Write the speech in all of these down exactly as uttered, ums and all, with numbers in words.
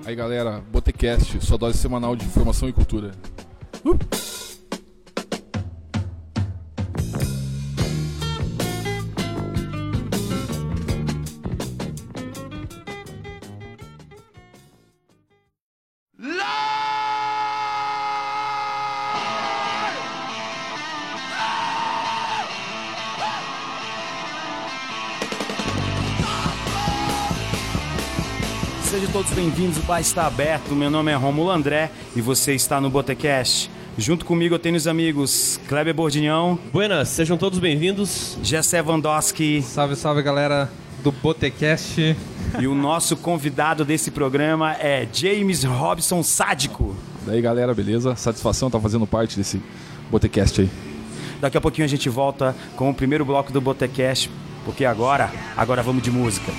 Aí galera, Botecast, sua dose semanal de informação e cultura. Uh! Sejam todos bem-vindos, o bar está aberto. Meu nome é Rômulo André e você está no Botecast. Junto comigo eu tenho os amigos Kleber Bordignon. Buenas, sejam todos bem-vindos. Jessé Vandoski. Salve, salve galera do Botecast. E o nosso convidado desse programa é James Robson Sádico. Daí galera, beleza? Satisfação estar fazendo parte desse Botecast aí. Daqui a pouquinho a gente volta com o primeiro bloco do Botecast, porque agora, agora vamos de música.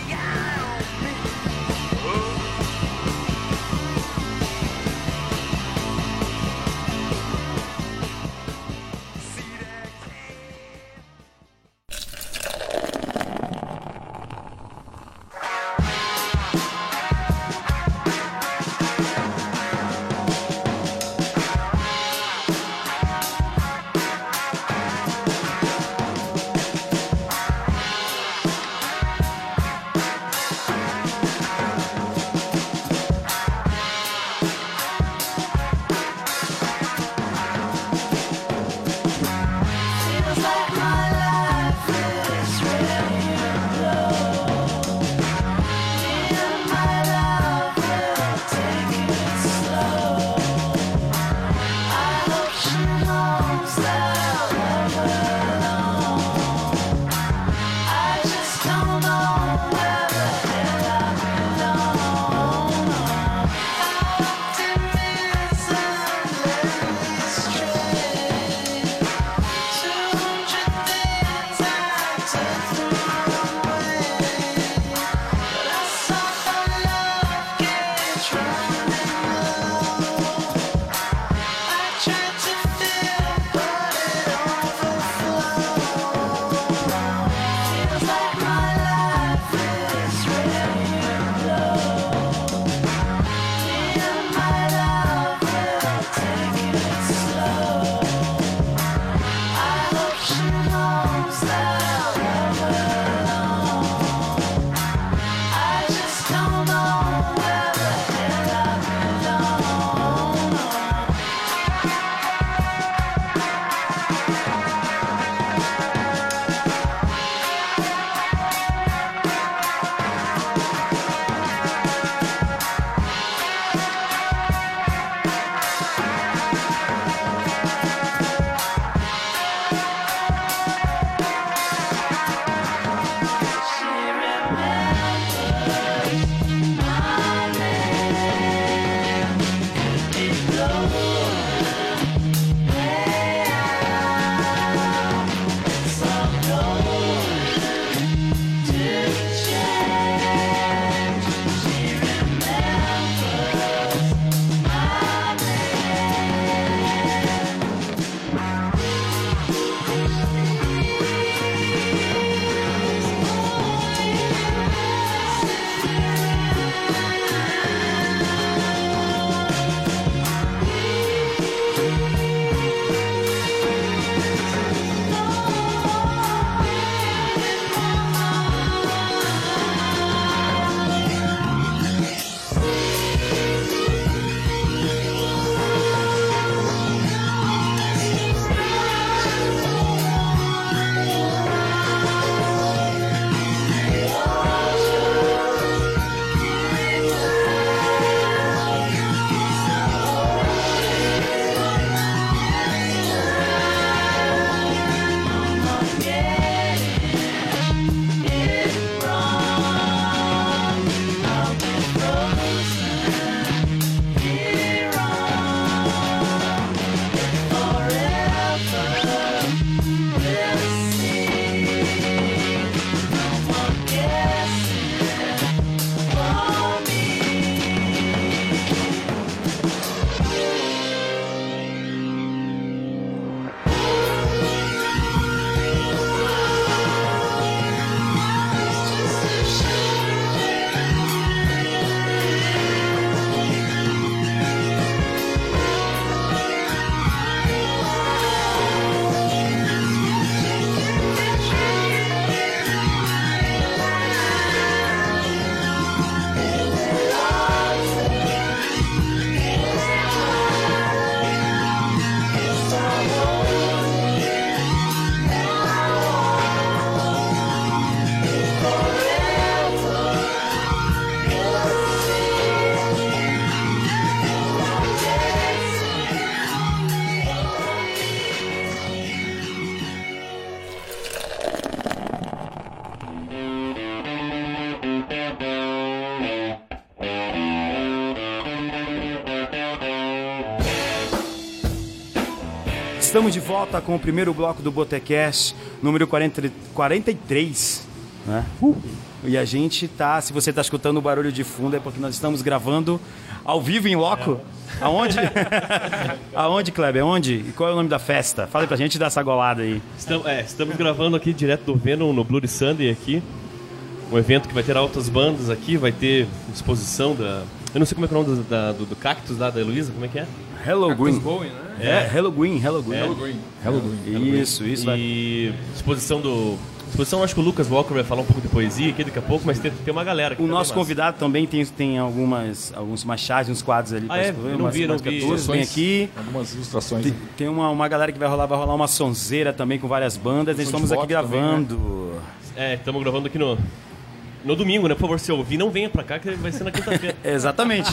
Estamos de volta com o primeiro bloco do Botecast, número quarenta, quarenta e três, né? Uh. E a gente tá, se você tá escutando o barulho de fundo, é porque nós estamos gravando ao vivo em loco. É. Aonde? Aonde, Kleber? Aonde? E qual é o nome da festa? Fala aí pra gente dar essa golada aí. Estamos, é, estamos gravando aqui direto do Venom, no Bloody Sunday aqui. Um evento que vai ter altas bandas aqui, vai ter exposição da... Eu não sei como é que é o nome do, da, do, do Cactus lá da Heloísa, como é que é? Hello Green. Going, né? É, Hello Green, Hello Green. É. Hello Green. Hello Green. Isso, isso. E exposição do... Exposição, acho que o Lucas Walker vai falar um pouco de poesia aqui daqui a pouco, mas tem, tem uma galera aqui. O nosso convidado também tem, tem algumas, alguns machados, uns quadros ali. Ah, é? Eu não vi, não vi. Vem aqui. Algumas ilustrações. Tem, tem uma, uma galera que vai rolar, vai rolar uma sonzeira também com várias bandas. Nós estamos aqui gravando. Também, né? É, estamos gravando aqui no... No domingo, né? Por favor, se ouvir, não venha pra cá, que vai ser na quinta-feira. Exatamente.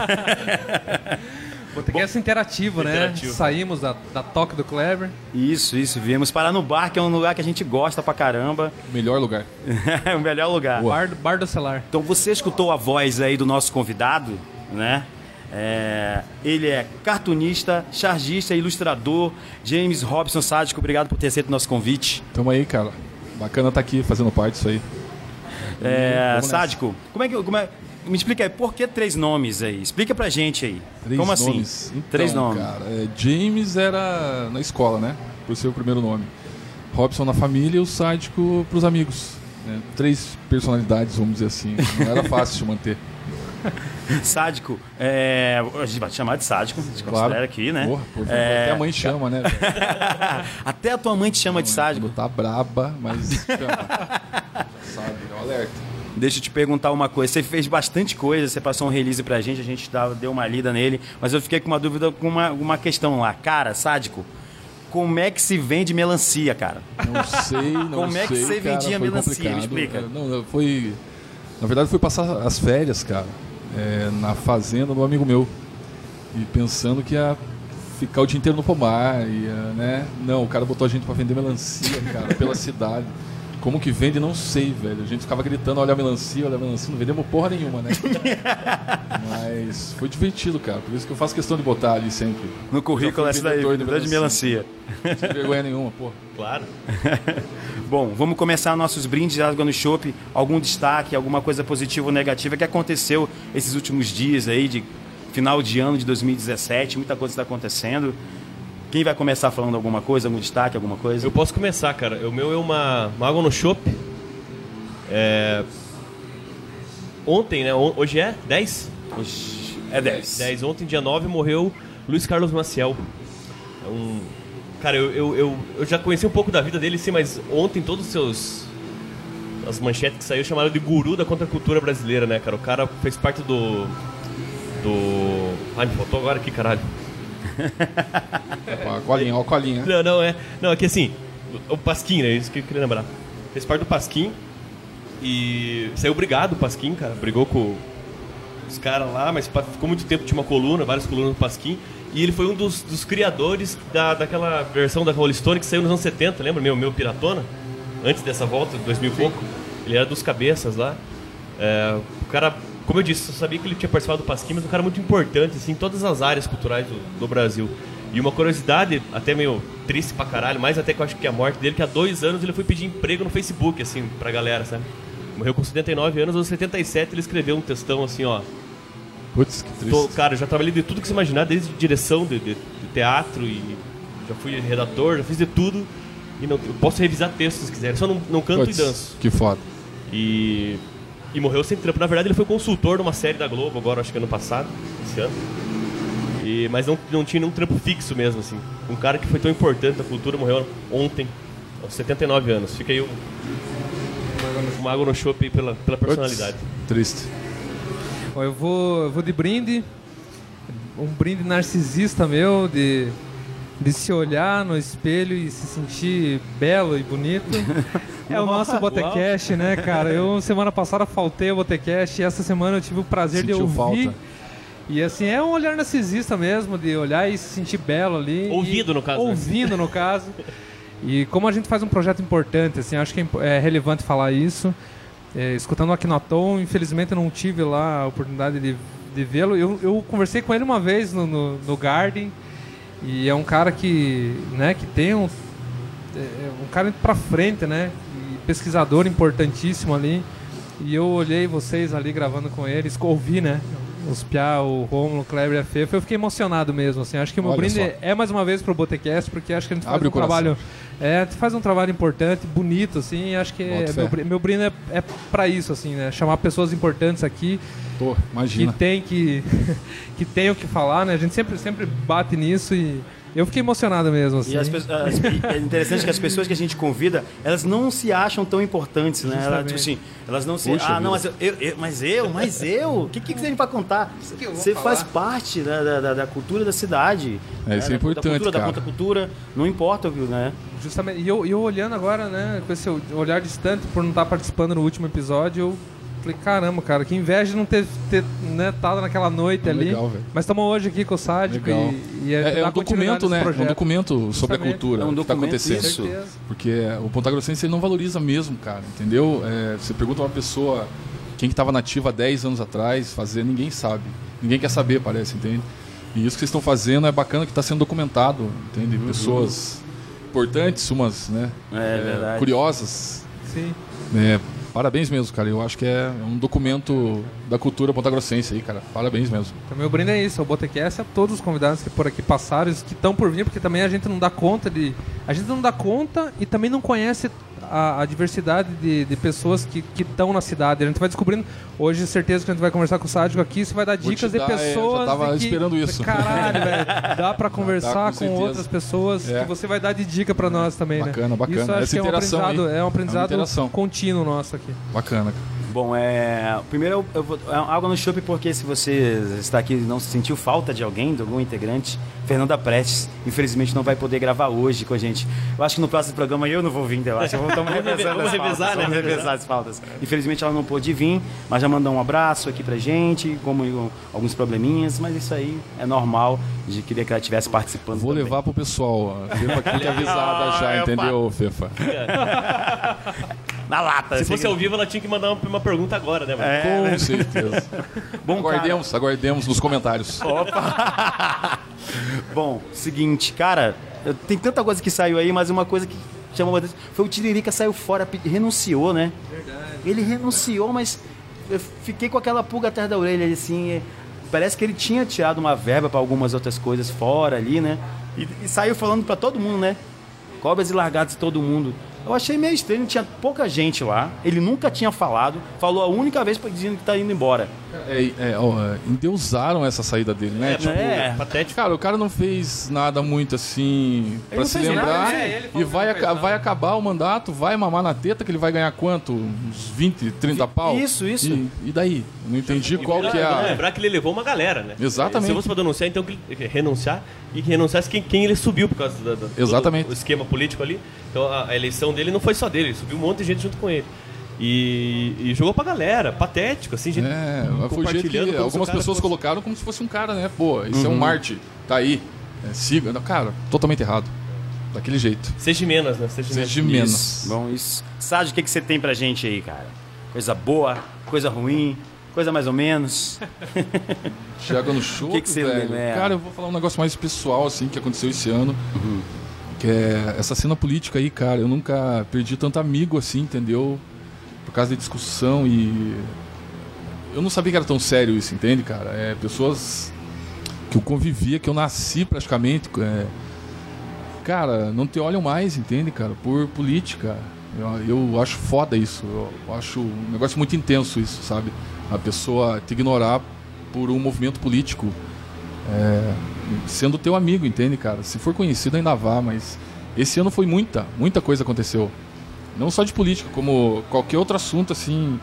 Podcast interativo, né? Interativo. Saímos da, da toca do Kleber. Isso, isso. Viemos parar no bar, que é um lugar que a gente gosta pra caramba. Melhor lugar. É o melhor lugar. Bar, bar do Celar. Então você escutou a voz aí do nosso convidado, né? É, ele é cartunista, chargista, ilustrador. James Robson Sádico, obrigado por ter aceito o nosso convite. Tamo aí, cara. Bacana estar aqui fazendo parte disso aí. É, Sádico, como é que... Como é, me explica aí, por que três nomes aí? Explica pra gente aí. Três como assim? nomes. Então, três nomes. Cara, é, James era na escola, né? Por ser o primeiro nome. Robson na família e o Sádico pros amigos. Né? Três personalidades, vamos dizer assim. Não era fácil de manter. Sádico, é, a gente vai te chamar de Sádico, a gente Claro. considera aqui, né? Porra, por favor. É, Até a mãe chama, né? velho? Até a tua mãe te chama de Sádico. Quando tá braba, mas chama. Sabe, é um alerta. Deixa eu te perguntar uma coisa. Você fez bastante coisa, você passou um release pra gente, a gente dava, deu uma lida nele, mas eu fiquei com uma dúvida, com uma, uma questão lá. Cara, Sádico, como é que se vende melancia, cara? Não sei, não Como sei. é que você cara, vendia foi melancia? Me complicado. explica. É, Não, foi. Na verdade, foi passar as férias, cara, é, na fazenda do amigo meu. E pensando que ia ficar o dia inteiro no pomar. Ia, né? Não, o cara botou a gente pra vender melancia, cara, pela cidade. Como que vende, não sei, velho. A gente ficava gritando, olha a melancia, olha a melancia. Não vendemos porra nenhuma, né? Mas foi divertido, cara. Por isso que eu faço questão de botar ali sempre. No currículo Já essa fui daí, vendedor de vendedor de melancia. Sem vergonha nenhuma, porra. Claro. Bom, vamos começar nossos brindes de água no chopp. Algum destaque, alguma coisa positiva ou negativa que aconteceu esses últimos dias aí, de final de ano de dois mil e dezessete. Muita coisa está acontecendo. Quem vai começar falando alguma coisa, algum destaque, alguma coisa? Eu posso começar, cara. O meu é uma, uma água no chopp. É... Ontem, né? Hoje é dez? Hoje é dez. dez. Ontem, dia nove, morreu Luiz Carlos Maciel. É um... Cara, eu, eu, eu, eu já conheci um pouco da vida dele, sim, mas ontem todos os seus... As manchetes que saiu chamaram de guru da contracultura brasileira, né, cara? O cara fez parte do... Do... Ai, me faltou agora aqui, caralho. Ó, a colinha, ó a colinha. Não, não, é... Não, é que assim... O Pasquim, né? Isso que eu queria lembrar. Fez parte do Pasquim. E saiu brigado o Pasquim, cara. Brigou com os caras lá, mas ficou muito tempo, tinha uma coluna, várias colunas do Pasquim. E ele foi um dos, dos criadores da, daquela versão da Rolling Stone que saiu nos anos setenta, lembra? Meu, meu Piratona? Antes dessa volta, dois mil e pouco. Ele era dos cabeças lá. É, o cara, como eu disse, eu sabia que ele tinha participado do Pasquim, mas um cara muito importante, assim, em todas as áreas culturais do, do Brasil. E uma curiosidade, até meio triste pra caralho, mais até que eu acho que a morte dele, que há dois anos ele foi pedir emprego no Facebook, assim, pra galera, sabe? Morreu com setenta e nove anos, aos setenta e sete ele escreveu um textão assim, ó. Putz, que triste. Tô, cara, eu já trabalhei de tudo que você imaginar, desde direção de, de, de teatro e já fui redator, já fiz de tudo. E não, eu posso revisar textos se quiser, só não, não canto Putz, e danço. Que foda. E, e morreu sem trampo. Na verdade, ele foi consultor numa série da Globo, agora acho que ano passado, esse ano. E, mas não, não tinha nenhum trampo fixo mesmo, assim. Um cara que foi tão importante na cultura morreu ontem, aos setenta e nove anos. Fica aí um, uma água no chopp pela, pela personalidade. Putz, triste. Bom, eu vou, eu vou de brinde. Um brinde narcisista meu, de, de se olhar no espelho e se sentir belo e bonito. É o nosso Botecast, né, cara? Eu, semana passada, faltei ao Botecast e essa semana eu tive o prazer Sentiu de ouvir. falta. E assim, é um olhar narcisista mesmo, de olhar e se sentir belo ali. Ouvido, e, no caso, né? Ouvindo, no caso. E como a gente faz um projeto importante, assim, acho que é relevante falar isso. É, escutando o Akhenaton, infelizmente eu não tive lá a oportunidade de, de vê-lo. Eu, eu conversei com ele uma vez no, no, no Garden E é um cara que, né, que tem um, é um cara indo pra frente, né? E pesquisador importantíssimo ali. E eu olhei vocês ali gravando com eles, ouvi, né? Os Piá, o Rômulo, o Kleber e a Fefa, eu fiquei emocionado mesmo, assim. Acho que o meu Olha brinde só. é mais uma vez pro Botecast, porque acho que a gente faz Abre um o coração. trabalho... É, a gente faz um trabalho importante, bonito, assim, e acho que é, Bota fé. meu, bri- meu brinde é, é pra isso, assim, né? Chamar pessoas importantes aqui, Pô, que imagina. tem que... que tem o que falar, né? A gente sempre, sempre bate nisso e... Eu fiquei emocionado mesmo, assim. E as pe- as- e é interessante que as pessoas que a gente convida, elas não se acham tão importantes, né? Elas, tipo assim, elas não se... Puxa ah, não, mas vida. eu, eu- eu- mas eu, mas eu? O que, que você tem pra contar? que eu vou Você falar? faz parte da, da, da- da cultura da cidade. É, isso é da- importante, Da cultura, da cara. contracultura, não importa, né? Justamente. E eu, e eu olhando agora, né, com esse olhar distante por não estar participando no último episódio, eu falei, caramba, cara, que inveja de não ter, ter né, estado naquela noite É ali. legal, velho. Mas estamos hoje aqui com o Sádico Legal. e, e É, é dar um continuidade documento, né? nesse É um projeto. documento sobre a Justamente. cultura É um que está documento, acontecendo. isso. Certeza. Porque o Ponta Grossense ele não valoriza mesmo, cara, entendeu? É, você pergunta a uma pessoa quem que estava nativa há dez anos atrás, fazer, ninguém sabe. Ninguém quer saber, parece, entende? E isso que vocês estão fazendo é bacana, que está sendo documentado, entende? Pessoas importantes, umas, né? É verdade. Curiosas. Sim. É, parabéns mesmo, cara. Eu acho que é um documento da cultura pontagrossense aí, cara. Parabéns mesmo. Então, meu brinde é isso, o Botecast, a todos os convidados que por aqui passaram, os que estão por vir, porque também a gente não dá conta de... A gente não dá conta e também não conhece a, a diversidade de, de pessoas que estão na cidade. A gente vai descobrindo, hoje, certeza que a gente vai conversar com o Sádico aqui, isso vai dar Vou te dicas dar, de é, já pessoas... tava de que, esperando isso. Caralho, velho. Dá pra conversar com com, certeza. outras pessoas É. que você vai dar de dica pra nós também, Bacana, né? bacana. Isso eu acho Essa que é um interação aprendizado, aí. é um aprendizado interação. contínuo nosso aqui. Bacana, cara. Bom, é, primeiro eu, eu vou, é água no chope porque se você está aqui e não sentiu falta de alguém, de algum integrante, Fernanda Prestes, infelizmente não vai poder gravar hoje com a gente. Eu acho que no próximo programa eu não vou vir, eu acho. Vamos, Vamos revezando vamos as revezar, faltas, né? vamos revezar as faltas. Infelizmente ela não pôde vir, mas já mandou um abraço aqui pra gente, como alguns probleminhas, mas isso aí é normal, de queria que ela estivesse participando. Vou também. levar pro pessoal. A Fefa aqui tá avisada já, Ah, entendeu, Fefa? Na lata. Se assim fosse que- ao vivo, ela tinha que mandar uma, uma pergunta agora, né? mano? É, Com né? certeza. Bom, cara, Aguardemos, aguardemos nos comentários. Bom, seguinte, cara, eu- tem tanta coisa que saiu aí, mas uma coisa que chamou a atenção foi o Tiririca saiu fora, pe- renunciou, né? Verdade. Ele renunciou, mas eu fiquei com aquela pulga atrás da orelha, assim, é, parece que ele tinha tirado uma verba para algumas outras coisas fora ali, né? E, e saiu falando para todo mundo, né? Cobras e largados de todo mundo. Eu achei meio estranho, tinha pouca gente lá, ele nunca tinha falado, falou a única vez dizendo que tá indo embora. É, é, ó, é, endeusaram essa saída dele, né? É, Tipo, é. patético. cara, o cara não fez nada muito assim pra não se fez lembrar nada, é, ele falou e que vai, não fez aca- nada. vai acabar o mandato, vai mamar na teta, que ele vai ganhar quanto? Uns vinte, trinta pau? Isso, isso. E, e daí? Não entendi qual Vamos que é a... lembrar que ele levou uma galera, né? Exatamente. Se fosse pra denunciar, então que ele renunciar e que renunciasse quem, quem ele subiu por causa da, da- Exatamente. todo o esquema político ali. Então a, a eleição dele não foi só dele, ele subiu um monte de gente junto com ele. E, e jogou pra galera, patético, assim, gente É, mas foi o jeito que compartilhando como se o algumas cara pessoas fosse- colocaram como se fosse um cara, né? Pô, isso é Uhum. um Marte, tá aí, é, siga. Não, cara, totalmente errado. Daquele jeito. Seja de menos, né? Seja de menos. Seja de menos. Isso. Bom, isso. Sérgio, o que, que você tem pra gente aí, cara? Coisa boa, coisa ruim, coisa mais ou menos. Chega no show, que que você velho. lembra? É. Cara, eu vou falar um negócio mais pessoal, assim, que aconteceu esse ano. Que é essa cena política aí, cara. Eu nunca perdi tanto amigo assim, entendeu? Por causa de discussão e... Eu não sabia que era tão sério isso, entende, cara? É, pessoas que eu convivia, que eu nasci praticamente... É... Cara, não te olham mais, entende, cara? Por política. Eu, eu acho foda isso. Eu acho um negócio muito intenso isso, sabe? A pessoa te ignorar por um movimento político. É, sendo teu amigo, entende, cara? Se for conhecido ainda vá, mas esse ano foi muita, muita coisa aconteceu. Não só de política, como qualquer outro assunto, assim,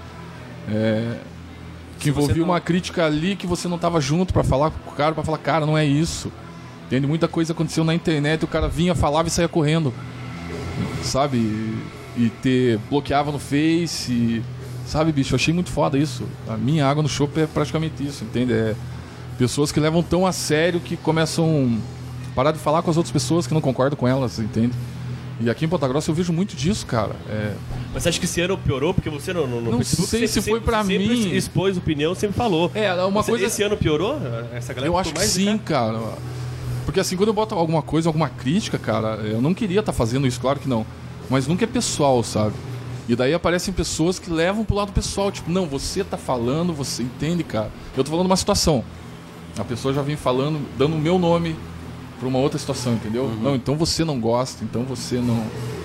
é, que Se envolvia você não- uma crítica ali que você não tava junto pra falar com o cara, pra falar, cara, não é isso. Entende? Muita coisa aconteceu na internet, o cara vinha, falava e saía correndo, sabe? E, e te bloqueava no Face, e, sabe, bicho? Eu achei muito foda isso. A minha água no chopp é praticamente isso, entende? É pessoas que levam tão a sério que começam a parar de falar com as outras pessoas que não concordam com elas, entende? E aqui em Ponta Grossa eu vejo muito disso, cara. É, Mas você acha que esse ano piorou? Porque você no, no, no Não Facebook sei se foi pra sempre mim. expôs opinião, sempre falou. é uma Você- coisa... Esse ano piorou? Essa galera Eu ficou acho que mais sim, irritada? cara. Porque assim, quando eu boto alguma coisa, alguma crítica, cara, eu não queria estar tá fazendo isso, claro que não. Mas nunca é pessoal, sabe? E daí aparecem pessoas que levam pro lado pessoal, tipo, não, você tá falando, você entende, cara. Eu tô falando uma situação. A pessoa já vem falando, dando o meu nome pra uma outra situação, entendeu? Uhum. Não, então você não gosta, então você não...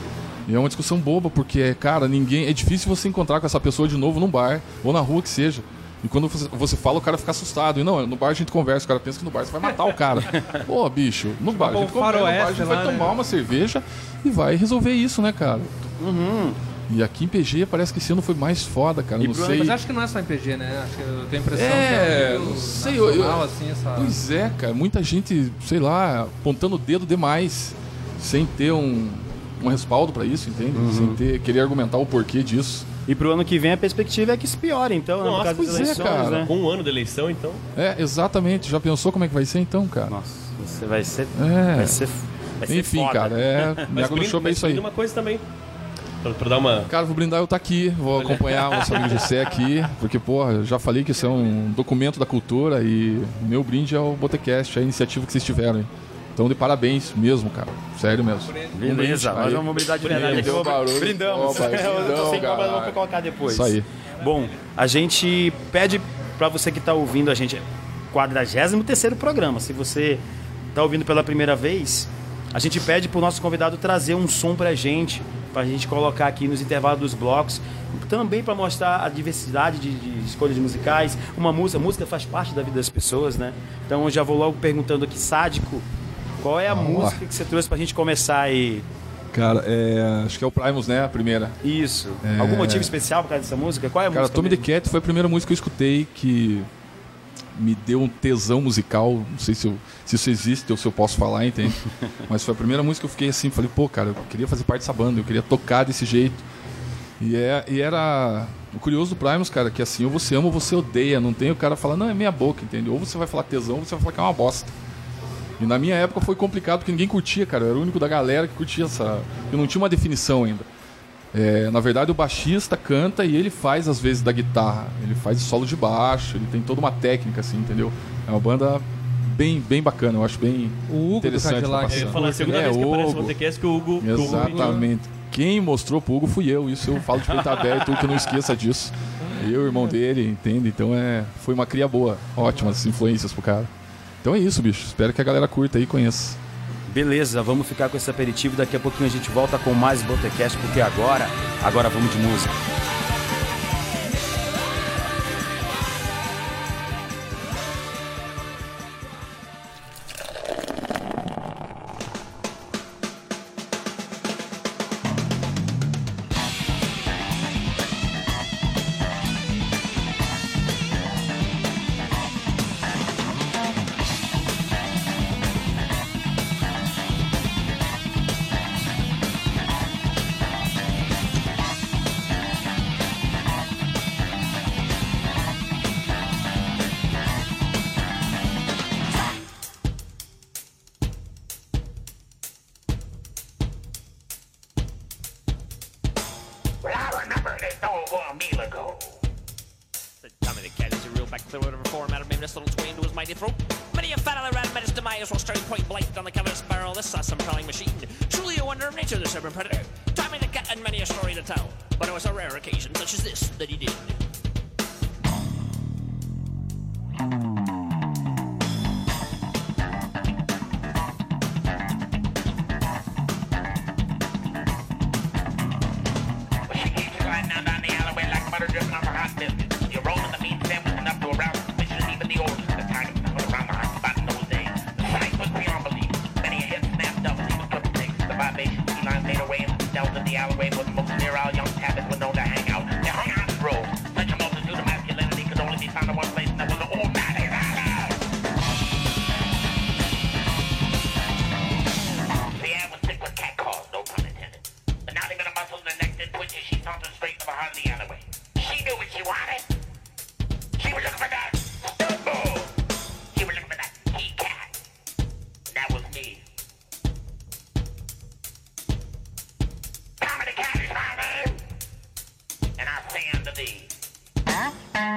E é uma discussão boba, porque, cara, ninguém... É difícil você encontrar com essa pessoa de novo num bar, ou na rua que seja. E quando você, você fala, o cara fica assustado. E não, no bar a gente conversa, o cara pensa que no bar você vai matar o cara. Pô, bicho, no bar a gente conversa, no bar a gente vai tomar uma cerveja e vai resolver isso, né, cara? Uhum. E aqui em P G parece que esse ano foi mais foda, cara. Não sei. Mas acho que não é só em P G, né? Acho que eu tenho a impressão é, que é não sei, eu, eu, assim, essa... Pois é, cara. Muita gente, sei lá, apontando o dedo demais, sem ter um, um respaldo pra isso, entende? Uhum. Sem ter, querer argumentar o porquê disso. E pro ano que vem a perspectiva é que se piore, então, Nossa, no caso das eleições, é, cara. né? Com um ano de eleição, então. É, exatamente. Já pensou como é que vai ser então, cara? Nossa, você vai ser. É. Vai ser. Vai ser Enfim, foda. cara, é. Me Mas show é isso aí. uma coisa também. Pra, pra dar uma. Cara, vou brindar eu tá aqui, vou acompanhar o nosso amigo Gessé aqui, porque, porra, eu já falei que isso é um documento da cultura e meu brinde é o Botecast, é a iniciativa que vocês tiveram, hein? Então, de parabéns mesmo, cara. Sério mesmo. Beleza, nós vamos brindar de verdade aqui. Barulho. Brindamos. Opa, eu tô sem brindão, cobra, vou colocar depois. Isso aí. Bom, a gente pede pra você que tá ouvindo a gente, quadragésimo terceiro programa. Se você tá ouvindo pela primeira vez, a gente pede pro nosso convidado trazer um som pra gente, pra gente colocar aqui nos intervalos dos blocos, também para mostrar a diversidade de, de escolhas musicais. Uma música, música faz parte da vida das pessoas, né? Então eu já vou logo perguntando aqui, Sádico, qual é a Vamos música lá. que você trouxe pra gente começar aí? Cara, é, acho que é o Primus, né? A primeira. Isso. É... Algum motivo especial por causa dessa música? Qual é a Cara, música? Cara, Tommy the Cat foi a primeira música que eu escutei que me deu um tesão musical. Não sei se, eu, se isso existe ou se eu posso falar, entende? Mas foi a primeira música que eu fiquei assim, falei, pô, cara, eu queria fazer parte dessa banda, eu queria tocar desse jeito. E, é, e era... O curioso do Primus, cara, que assim, ou você ama ou você odeia. Não tem o cara falar, não, é meia boca, entende? Ou você vai falar tesão ou você vai falar que é uma bosta. E na minha época foi complicado porque ninguém curtia, cara. Eu era o único da galera que curtia essa... Eu não tinha uma definição ainda. É, na verdade, o baixista canta e ele faz, às vezes, da guitarra. Ele faz solo de baixo, ele tem toda uma técnica, assim, entendeu? É uma banda bem, bem bacana, eu acho bem o Hugo interessante. Do Cadillac, eu falar a segunda é, vez que Hugo. aparece o Botecast que o Hugo... Exatamente. Quem mostrou pro Hugo fui eu. Isso eu falo de peito aberto, que eu não esqueça disso. Eu, irmão dele, entende? Então é, foi uma cria boa. Ótimas influências pro cara. Então é isso, bicho. Espero que a galera curta aí e conheça. Beleza, vamos ficar com esse aperitivo. Daqui a pouquinho a gente volta com mais Botecast, porque agora, agora vamos de música.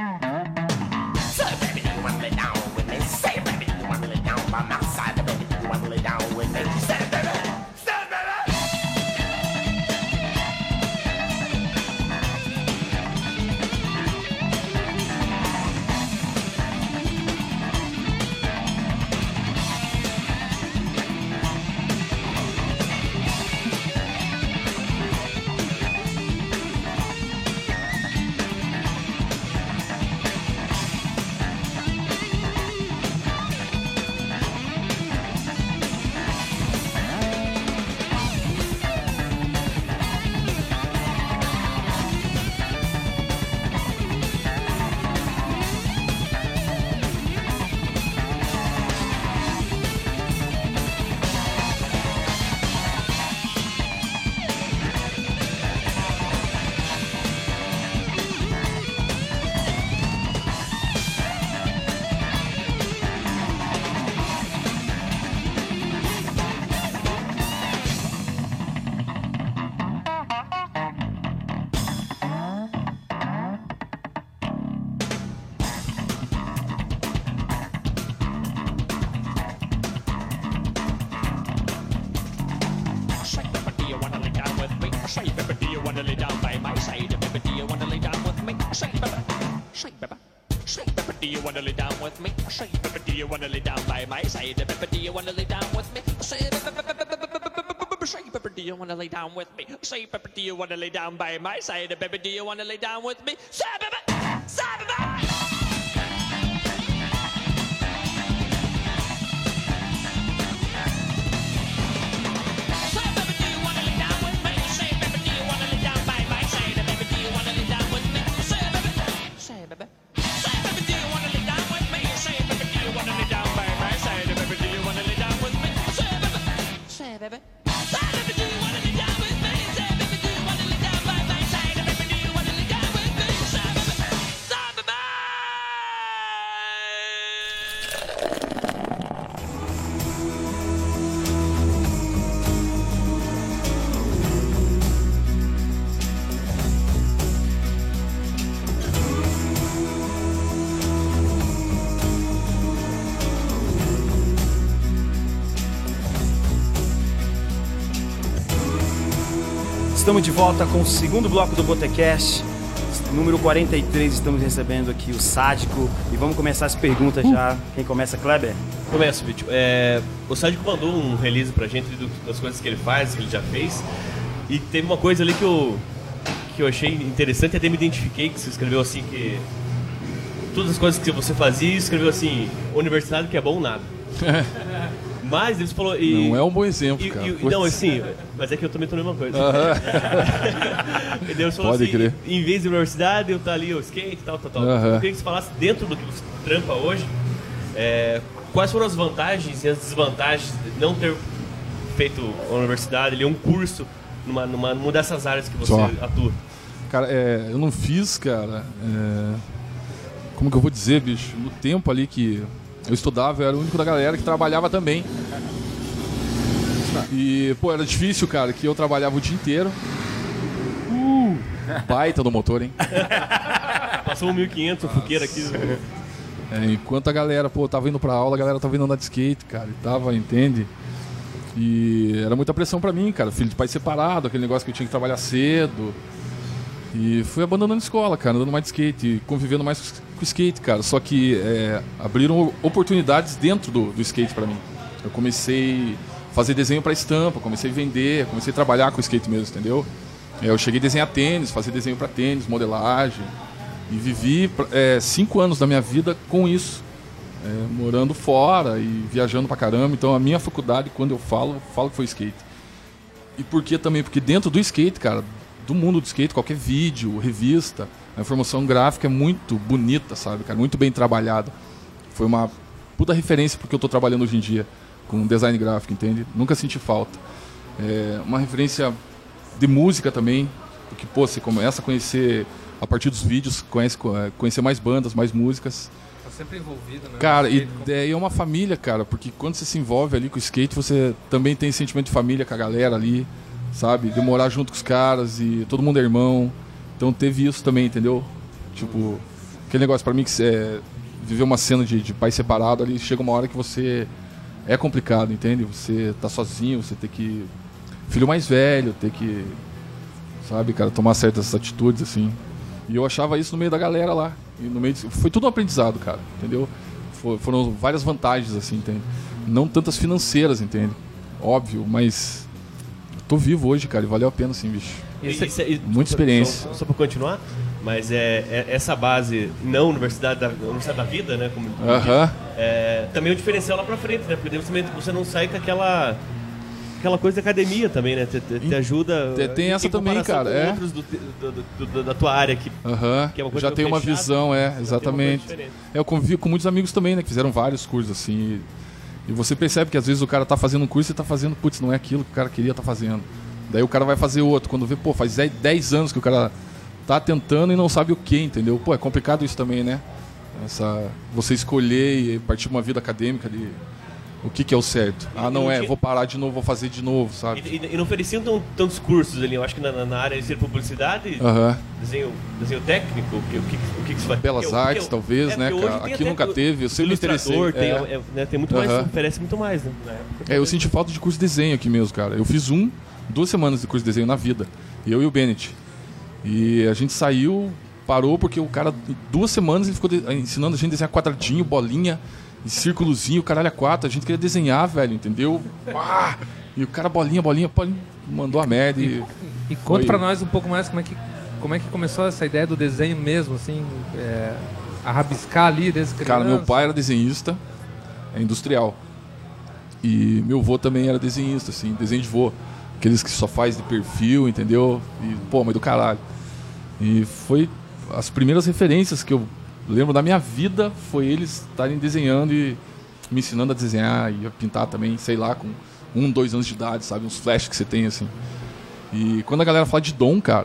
Say, baby, do you want me down with me? Say, baby, do you want me down by my side? Baby, do you want wanna lay down with me? Say, baby, do you wanna lay down by my side? Baby, do you wanna lay down with me? Say, say, baby, do you wanna lay down with me? Say, baby, do you wanna lay down by my side? Baby, do you wanna lay down with me? Say, baby, say, baby. Estamos de volta com o segundo bloco do Botecast, número quarenta e três. Estamos recebendo aqui o Sádico e vamos começar as perguntas uh. já. Quem começa, Kleber? Começa, Vítor. É, o Sádico mandou um release pra gente do, das coisas que ele faz, que ele já fez. E teve uma coisa ali que eu, que eu achei interessante, até me identifiquei, que você escreveu assim que... Todas as coisas que você fazia, escreveu assim, universidade que é bom nada. Mas ele falou... E, não é um bom exemplo, e, cara. E, não, assim, mas é que eu também tô na mesma coisa. Uh-huh. E Deus falou Pode assim, crer. Em vez de universidade, eu tá ali o skate e tal, tal, tal. Uh-huh. Eu queria que você falasse dentro do que você trampa hoje, é, quais foram as vantagens e as desvantagens de não ter feito a universidade, ali, um curso numa, numa, numa dessas áreas que você Só. atua. Cara, é, eu não fiz, cara... É, como que eu vou dizer, bicho? No tempo ali que... eu estudava, eu era o único da galera que trabalhava também. E, pô, era difícil, cara, que eu trabalhava o dia inteiro. Uh, baita do motor, hein? Passou um mil e quinhentos, o fuqueiro aqui. É, enquanto a galera, pô, tava indo pra aula, a galera tava indo andar de skate, cara. E tava, entende? E era muita pressão pra mim, cara. Filho de pai separado, aquele negócio que eu tinha que trabalhar cedo. E fui abandonando a escola, cara, andando mais de skate, e convivendo mais com o skate, cara. Só que é, abriram oportunidades dentro do, do skate pra mim. Eu comecei a fazer desenho pra estampa, comecei a vender, comecei a trabalhar com o skate mesmo, entendeu? É, eu cheguei a desenhar tênis, fazer desenho pra tênis, modelagem. E vivi é, cinco anos da minha vida com isso. É, morando fora e viajando pra caramba. Então a minha faculdade, quando eu falo, eu falo que foi skate. E por que também? Porque dentro do skate, cara... do mundo do skate, qualquer vídeo, revista, a informação gráfica é muito bonita, sabe, cara? Muito bem trabalhada. Foi uma puta referência porque eu tô trabalhando hoje em dia com design gráfico, entende? Nunca senti falta. É uma referência de música também, porque, pô, você começa a conhecer, a partir dos vídeos, conhece, conhecer mais bandas, mais músicas. Tá sempre envolvido, né? Cara, e é uma família, cara, porque quando você se envolve ali com o skate, você também tem sentimento de família com a galera ali, sabe? De morar junto com os caras e todo mundo é irmão. Então teve isso também, entendeu? Tipo, aquele negócio pra mim que é, viver uma cena de, de pai separado ali, chega uma hora que você é complicado, entende? Você tá sozinho, você tem que... Filho mais velho, ter que, sabe, cara, tomar certas atitudes, assim. E eu achava isso no meio da galera lá. E no meio de... Foi tudo um aprendizado, cara, entendeu? For, foram várias vantagens, assim, entende? Não tantas financeiras, entende? Óbvio, mas... Tô vivo hoje, cara, e valeu a pena, sim, bicho. Isso, isso, isso, Muita experiência. Só, só pra continuar, mas é, é essa base, não universidade da, universidade da vida, né? Como, como uh-huh. diz, é, também é um diferencial lá pra frente, né? Porque você, você não sai com aquela... aquela coisa da academia também, né? Te, te, te ajuda... Tem, tem essa também, cara. É. Outros do, do, do, da tua área aqui. Uh-huh. Que é uma coisa já tem uma fechada, visão, é, exatamente. É, eu convivi com muitos amigos também, né? Que fizeram vários cursos, assim. E, e você percebe que às vezes o cara tá fazendo um curso e tá fazendo, putz, não é aquilo que o cara queria tá fazendo. Daí o cara vai fazer outro. Quando vê, pô, faz dez anos que o cara tá tentando e não sabe o que, entendeu? Pô, é complicado isso também, né? Essa, você escolher e partir uma vida acadêmica de o que, que é o certo. Ah, não é, vou parar de novo, vou fazer de novo, sabe? E, e, e não ofereciam tão, tantos cursos ali, eu acho que na, na área de publicidade, uh-huh. desenho, desenho técnico, o que, o que, o que, que você vai... Belas porque, artes, porque, talvez, é, né, cara? Aqui nunca teve, eu sempre me interessei. Tem, é. é, né, tem muito mais, uh-huh. oferece muito mais, né? É, eu senti falta de curso de desenho aqui mesmo, cara. Eu fiz um, duas semanas de curso de desenho na vida, eu e o Bennett. E a gente saiu parou porque o cara, em duas semanas, ele ficou de- ensinando a gente a desenhar quadradinho, bolinha, e círculozinho, caralho a quatro. A gente queria desenhar, velho, entendeu? Pá! E o cara, bolinha, bolinha, bolinha, mandou a merda e... E conta Foi. pra nós um pouco mais como é que, como é que começou essa ideia do desenho mesmo, assim, é, a rabiscar ali desde criança. Cara, meu pai era desenhista, é industrial. E meu avô também era desenhista, assim, desenho de vô. Aqueles que só faz de perfil, entendeu? E, pô, mas do caralho. E foi as primeiras referências que eu lembro da minha vida, foi eles estarem desenhando e me ensinando a desenhar e a pintar também, sei lá, com um, dois anos de idade, sabe? Uns flashes que você tem, assim. E quando a galera fala de dom, cara,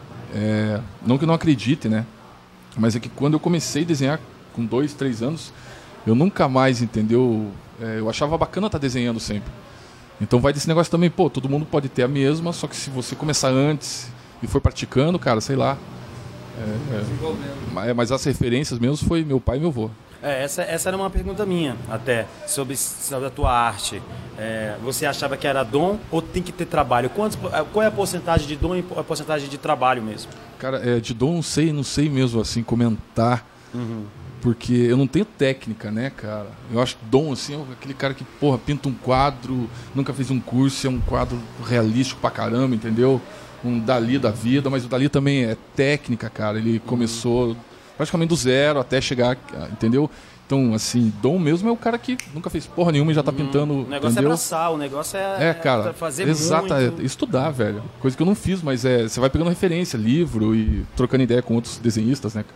é, não que eu não acredite, né? Mas é que quando eu comecei a desenhar com dois, três anos, eu nunca mais, entendeu? É, eu achava bacana estar desenhando sempre. Então vai desse negócio também, pô, todo mundo pode ter a mesma, só que se você começar antes e for praticando, cara, sei lá. É, é, mas, mas as referências mesmo foi meu pai e meu avô. É, essa, essa era uma pergunta minha, até, sobre, sobre a tua arte. É, você achava que era dom ou tem que ter trabalho? Quantos, qual é a porcentagem de dom e a porcentagem de trabalho mesmo? Cara, é, de dom não sei, não sei mesmo assim comentar, Uhum. porque eu não tenho técnica, né, cara? Eu acho que dom, assim, é aquele cara que, porra, pinta um quadro, nunca fez um curso, é um quadro realístico pra caramba, entendeu? Um Dali da vida, mas o Dali também é técnica, cara. Ele começou praticamente do zero até chegar, entendeu? Então, assim, dom mesmo é o cara que nunca fez porra nenhuma e já tá pintando, O negócio entendeu? é abraçar, o negócio é, É, cara, fazer exato, muito. é estudar, velho. Coisa que eu não fiz, mas é, você vai pegando referência, livro e trocando ideia com outros desenhistas, né?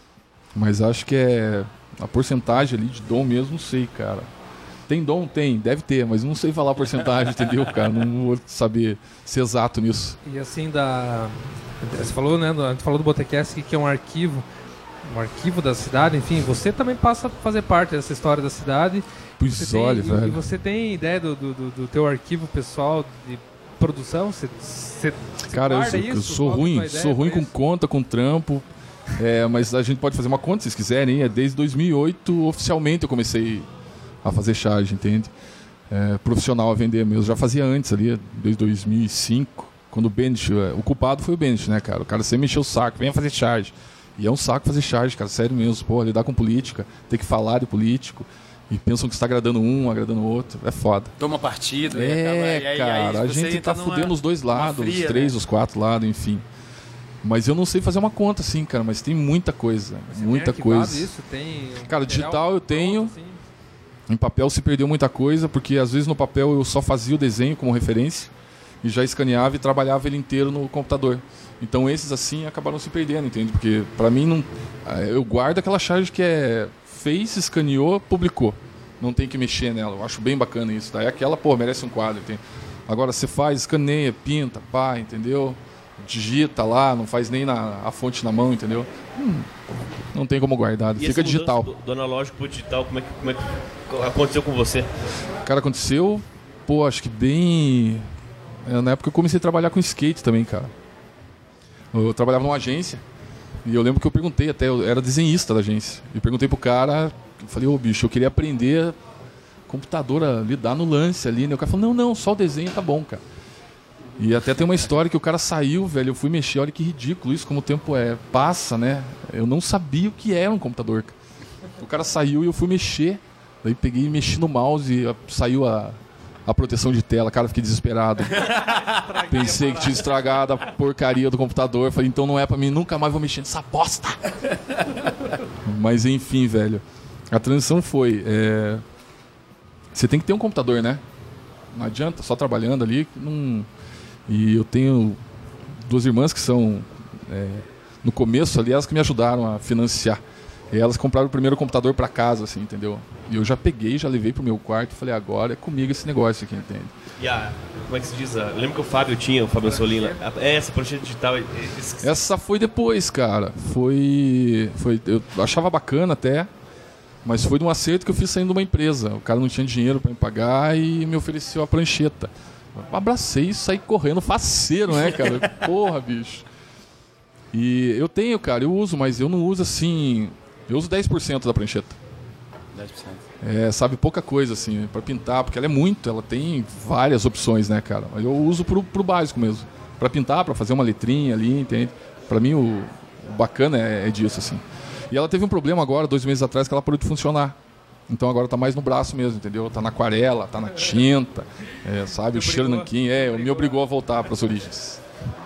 Mas acho que é a porcentagem ali de dom mesmo, não sei, cara. Tem dom? Tem, deve ter, mas eu não sei falar a porcentagem, entendeu, cara? Não vou saber ser exato nisso. E assim, da... Você falou, né? do- A gente falou do Botecast, que é um arquivo, um arquivo da cidade, enfim, você também passa a fazer parte dessa história da cidade. Pois Você tem- olha, e- velho. E você tem ideia do, do, do- do teu arquivo pessoal de produção? Você, você, você Cara, eu guarda sou, isso? eu sou Qual que é a ruim, tua ideia sou ruim pra com isso? conta, com trampo. É, mas a gente pode fazer uma conta se vocês quiserem. É desde dois mil e oito, oficialmente, eu comecei a fazer charge, entende? É, profissional a vender mesmo. Já fazia antes ali, desde dois mil e cinco, quando o Bennett, é, o culpado foi o Bennett, né, cara? O cara sempre me encheu o saco, venha fazer charge. E é um saco fazer charge, cara, sério mesmo. Pô, lidar com política, ter que falar de político. E pensam que está agradando um, agradando o outro. É foda. Toma partido. e É, acaba- e aí- aí cara, a você gente entra tá numa- fudendo os dois numa lados, fria, os três, né? os quatro lados, enfim. Mas eu não sei fazer uma conta assim, cara, mas tem muita coisa, Você muita tem arquivado coisa. Isso? Tem um Cara, material digital eu pronto, tenho. assim? Em papel se perdeu muita coisa, porque às vezes no papel eu só fazia o desenho como referência e já escaneava e trabalhava ele inteiro no computador. Então esses assim acabaram se perdendo, entende? Porque pra mim não, eu guardo aquela charge que é fez, escaneou, publicou. Não tem que mexer nela. Eu acho bem bacana isso. Daí aquela, pô, merece um quadro. Tem. Agora você faz, escaneia, pinta, pá, entendeu? Digita lá, não faz nem na, a fonte na mão, entendeu? Hum, não tem como guardar, E fica essa digital. mudança Do, do analógico pro digital, como é, que, como é que aconteceu com você? Cara, aconteceu, pô, acho que bem... é, na época eu comecei a trabalhar com skate também, cara. Eu trabalhava numa agência e eu lembro que eu perguntei até, eu era desenhista da agência. E perguntei pro cara, eu falei, ô bicho, eu queria aprender computador a lidar no lance ali, né? O cara falou, não, não, só o desenho tá bom, cara. E até tem uma história que o cara saiu, velho, eu fui mexer, olha que ridículo isso, como o tempo é, passa, né? Eu não sabia o que era um computador, cara. O cara saiu e eu fui mexer, daí peguei e mexi no mouse e a- saiu a, a proteção de tela, cara, fiquei desesperado. Pensei que tinha estragado a porcaria do computador, falei, então não é pra mim, nunca mais vou mexer nessa bosta. Mas enfim, velho, a transição foi, é... você tem que ter um computador, né? Não adianta, só trabalhando ali, não... E eu tenho duas irmãs que são, é, no começo ali, elas que me ajudaram a financiar. E elas compraram o primeiro computador para casa, assim, entendeu? E eu já peguei, já levei pro meu quarto e falei, agora é comigo esse negócio aqui, entende? E a, como é que se diz? A, lembra que o Fábio tinha, o Fábio Solino? É essa prancheta digital. é- é- Essa foi depois, cara. Foi, foi... Eu achava bacana até, mas foi de um acerto que eu fiz saindo de uma empresa. O cara não tinha dinheiro para me pagar e me ofereceu a prancheta. Eu abracei e saí correndo, faceiro, né, cara? Porra, bicho. E eu tenho, cara, eu uso, mas eu não uso assim... Eu uso dez por cento da prancheta. dez por cento. É, sabe, pouca coisa, assim, pra pintar, porque ela é muito, ela tem várias opções, né, cara? Mas eu uso pro, pro básico mesmo. Pra pintar, pra fazer uma letrinha ali, entende? Pra mim, o, o bacana é, é disso, assim. E ela teve um problema agora, dois meses atrás, que ela parou de funcionar. Então agora tá mais no braço mesmo, entendeu? Tá na aquarela, tá na tinta, é, sabe? O cheiro nanquim, é, me obrigou a voltar para as origens.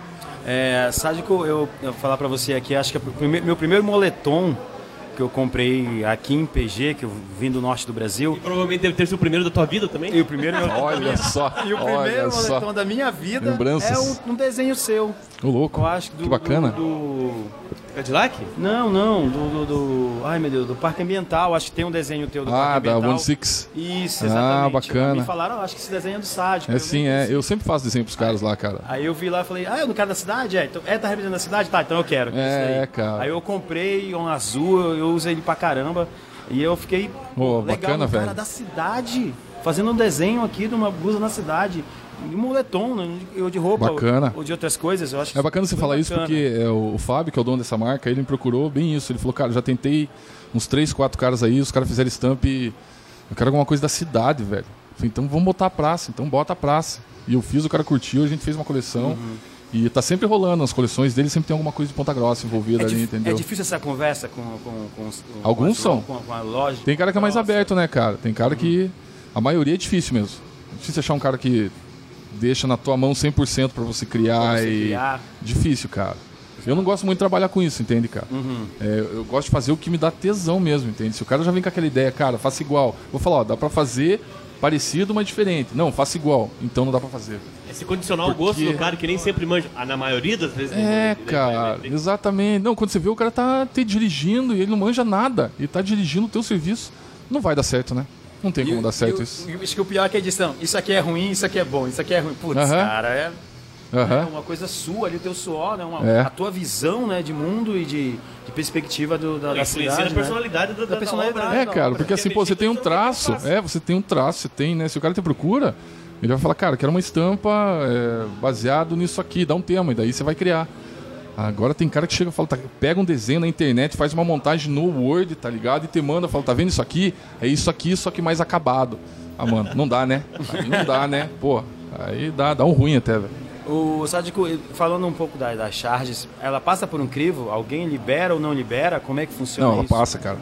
É, Sádico, eu, eu vou falar pra você aqui, acho que é o prime- meu primeiro moletom que eu comprei aqui em P G, que eu vim do norte do Brasil. E provavelmente deve ter sido o primeiro da tua vida também. E o primeiro Olha só, E o olha primeiro só. moletom da minha vida Lembranças. é um, um desenho seu. Ô, louco, Eu acho que do, que bacana. Do, do- Cadillac? Não, não, do, do, do- Ai, meu Deus, do Parque Ambiental. Acho que tem um desenho teu do Ah, Parque da Ambiental. One Six. Isso, Ah, exatamente. bacana. Me falaram, acho que esse desenho é do Sádico. É Eu sim, nem é. conheci. Eu sempre faço desenho pros caras lá, cara. Aí eu vi lá e falei, ah, eu não quero da cidade? É, então, é, tá representando a cidade? Tá, então eu quero. É, isso daí. cara. Aí eu comprei um azul, eu, eu usei ele pra caramba. E eu fiquei Pô, legal, bacana, um cara velho. da cidade, fazendo um desenho aqui de uma blusa na cidade. E um moletom, né, ou de roupa, Bacana. ou de outras coisas. Eu acho É bacana você bem falar isso bacana. porque é, o, o Fábio, que é o dono dessa marca, ele me procurou bem isso. Ele falou, cara, já tentei uns três, quatro caras aí, os caras fizeram estampa e eu quero alguma coisa da cidade, velho. Eu falei, então vamos botar a praça, então bota a praça. E eu fiz, o cara curtiu, a gente fez uma coleção. Uhum. E tá sempre rolando, as coleções dele sempre tem alguma coisa de Ponta Grossa envolvida É, ali, dif- entendeu? é difícil essa conversa com, com, com, os- com Alguns as- são. Com, com a loja. Tem cara que é mais Nossa. aberto, né, cara? Tem cara que... A maioria é difícil mesmo. É difícil achar um cara que deixa na tua mão cem por cento pra você criar Pra você e... criar. Difícil, cara. Eu não gosto muito de trabalhar com isso, entende, cara? Uhum. É, eu gosto de fazer o que me dá tesão mesmo, entende? Se o cara já vem com aquela ideia, cara, faça igual. Vou falar, ó, dá pra fazer parecido, mas diferente. Não, faça igual. Então não dá pra fazer. É se condicionar o gosto Porque- do cara que nem sempre manja. Ah, na maioria das vezes. É, nem- nem- cara, nem- nem- exatamente. Não, quando você vê o cara tá te dirigindo e ele não manja nada. E tá dirigindo o teu serviço. Não vai dar certo, né? Não tem como E- dar certo e o- isso. e Acho que o pior é que a edição. Isso aqui é ruim, isso aqui é bom, isso aqui é ruim. Putz, Aham. cara, é, é Aham. uma coisa sua ali, o teu suor, né? Uma, É. A tua visão, né, de mundo e de, de perspectiva do, da, da Influencia cidade, na né? personalidade da, da, da personalidade. obra. É, não, cara, não, porque assim, pô, você tem um traço. É, você tem um traço, você tem, né? Se o cara te procura, ele vai falar, cara, quero uma estampa é, baseado nisso aqui, dá um tema, e daí você vai criar. Agora tem cara que chega e fala, tá, pega um desenho na internet, faz uma montagem no Word, tá ligado? E te manda, fala, tá vendo isso aqui? É isso aqui, só que mais acabado. Ah, mano, não dá, né? Aí não dá, né? Pô, aí dá, dá um ruim até, velho. O Sádico, falando um pouco da- das charges, ela passa por um crivo? Alguém libera ou não libera? Como é que funciona Não, ela isso? passa, cara.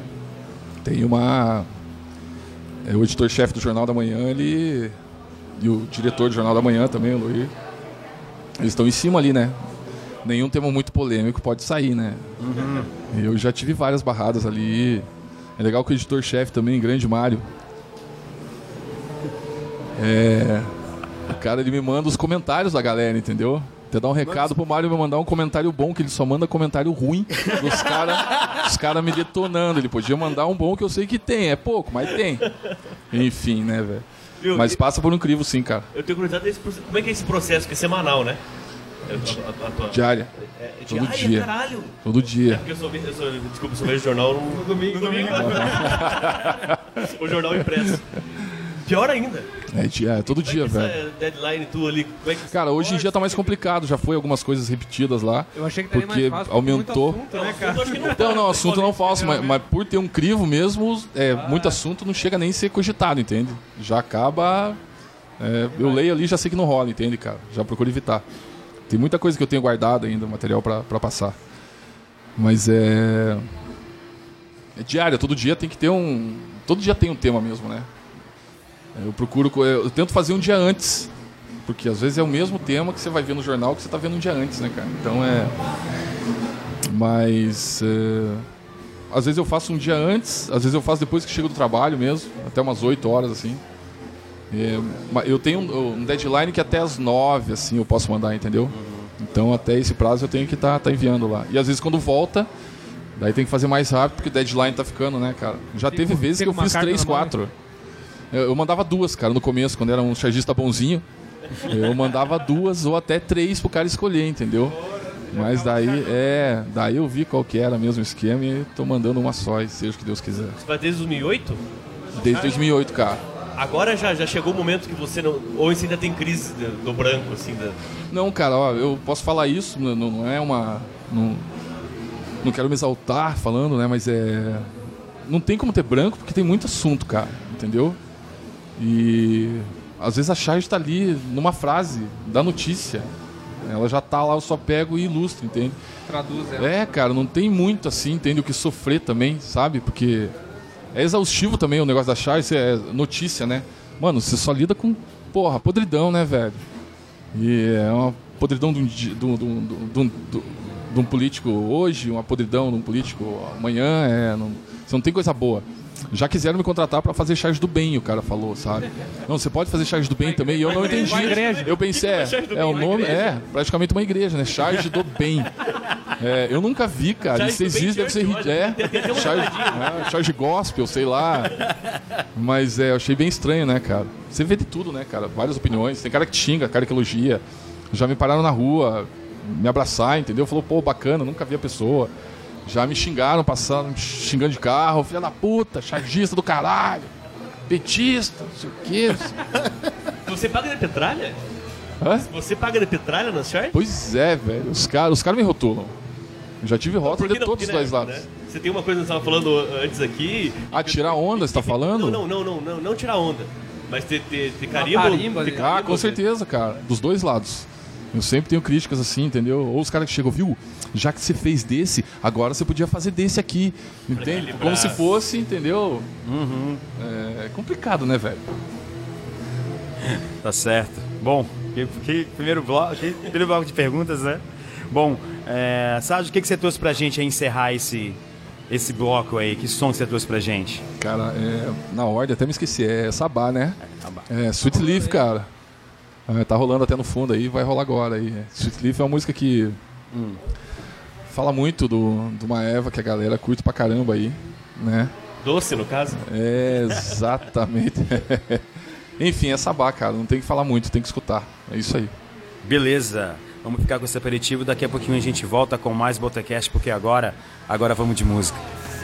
Tem uma... É, o editor-chefe do Jornal da Manhã, ele... E o diretor do Jornal da Manhã também, o Luiz. Eles estão em cima ali, né? Nenhum tema muito polêmico pode sair, né? Eu já tive várias barradas ali. É legal que o editor-chefe também, grande Mário. É... O cara, ele me manda os comentários da galera, entendeu? Até dar um recado pro Mário me mandar um comentário bom, que ele só manda comentário ruim dos caras os cara me detonando. Ele podia mandar um bom que eu sei que tem. É pouco, mas tem. Enfim, né, velho? Viu? Mas E- passa por um crivo, sim, cara. Eu tenho curiosidade desse processo. Como é que é esse processo? Que é semanal, né? É, a- a- a tua- Diária. é, é todo diária, dia. caralho. Todo É dia. porque eu sou, eu sou, desculpa, eu sou vejo jornal no, no domingo. No domingo. O jornal impresso. Pior ainda. É, di- é todo dia, Como é que velho. essa deadline tua ali. Como é que Cara, hoje em dia tá mais complicado. Já foi algumas coisas repetidas lá. Eu achei que estaria Porque mais fácil. aumentou. Muito assunto, né, cara? Eu acho que não Então, não, assunto não falso, mas, Realmente. mas por ter um crivo mesmo, é, muito assunto não chega nem a ser cogitado, entende? Já acaba. é, eu leio ali e já sei que não rola, entende, cara? Já procuro evitar. Tem muita coisa que eu tenho guardado ainda, material pra, pra passar. Mas é. É diário, todo dia tem que ter um. Todo dia tem um tema mesmo, né? Eu procuro. Eu tento fazer um dia antes. Porque às vezes é o mesmo tema que você vai ver no jornal que você tá vendo um dia antes, né, cara? Então é. Mas. é, Às vezes eu faço um dia antes, às vezes eu faço depois que chego do trabalho mesmo, até umas oito horas, assim. É, ma- eu tenho um, um deadline que até as nove, assim, eu posso mandar, entendeu? Então até esse prazo eu tenho que estar tá, tá enviando lá. E às vezes quando volta, daí tem que fazer mais rápido, porque o deadline tá ficando, né, cara? Já Tem teve uma- vezes tem que eu uma fiz carga três, na mão, né? quatro. Eu, eu mandava duas, cara, no começo, quando era um chargista bonzinho. Eu mandava duas ou até três pro cara escolher, entendeu? Mas daí, é, daí eu vi qual que era mesmo o esquema e tô mandando uma só, e seja o que Deus quiser. Você vai desde dois mil e oito? Desde dois mil e oito, cara. Agora já, já chegou o momento que você não. Ou você ainda tem crise do, do branco, assim. Da... Não, cara, ó, eu posso falar isso, não, não é uma... Não, não quero me exaltar falando, né, mas é... Não tem como ter branco porque tem muito assunto, cara, entendeu? E às vezes a charge tá ali numa frase da notícia. Ela já tá lá, eu só pego e ilustro, entende? Traduz ela. É, cara, não tem muito assim, entende? O que sofrer também, sabe? Porque é exaustivo também o negócio da charge, é notícia, né? Mano, você só lida com, porra, podridão, né, velho? E é uma podridão de um, di- de um, de um, de um, de um político hoje, uma podridão de um político amanhã, é, não, você não tem coisa boa. Já quiseram me contratar pra fazer charge do bem, o cara falou, sabe? Não, você pode fazer charge do bem também, e eu não entendi. Eu pensei, é, é o nome, é, praticamente uma igreja, né? Charge do bem. É, eu nunca vi, cara. Charge Isso do bem existe, deve ser church, ri- é, charge, é, charge gospel, sei lá. Mas é, eu achei bem estranho, né, cara? Você vê de tudo, né, cara? Várias opiniões. Tem cara que te xinga, cara que elogia. Já me pararam na rua, me abraçar, entendeu? Falou, pô, bacana, nunca vi a pessoa. Já me xingaram, passando, me xingando de carro, filha da puta, chargista do caralho, petista, não sei o quê. Você paga de petralha? Hã? Você paga de petralha nas charges? Pois é, velho. Os caras os cara me rotulam. Eu já tive rótulo Por que de não? todos os Porque, dois né, lados. né? Você tem uma coisa que você estava falando antes aqui. Ah, tirar onda, você tá falando? Não, não, não, não, não, não tirar onda. Mas ter, ter, ter carimbo. tarimba ter ali. Ah, carimbo, com né? certeza, cara. Dos dois lados. Eu sempre tenho críticas assim, entendeu? Ou os caras que chegam, viu? Já que você fez desse, agora você podia fazer desse aqui. Entende? equilibrar. Como se fosse, entendeu? É complicado, né, velho? Tá certo. Bom, que, que primeiro, bloco, que, primeiro bloco de perguntas, né? Bom, é, Sérgio, o que, que você trouxe pra gente aí encerrar esse, esse bloco aí? Que som que você trouxe pra gente? Cara, é, na ordem, até me esqueci. É Sabá, né? Sabá. É Sweet Leaf, cara. É, tá rolando até no fundo aí, vai rolar agora aí. Sweet Leaf é uma música que Hum. fala muito do, de uma Eva que a galera curte pra caramba aí, né? Doce, no caso? É, exatamente. Enfim, é Sabá, cara. Não tem que falar muito, tem que escutar. É isso aí. Beleza. Vamos ficar com esse aperitivo. Daqui a pouquinho a gente volta com mais Botecast, porque agora, agora vamos de música.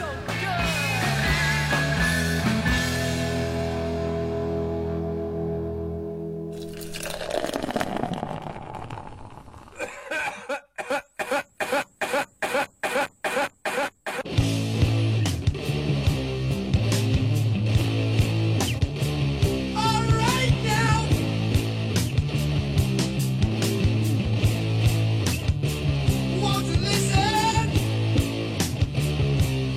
Alright now. Won't you listen?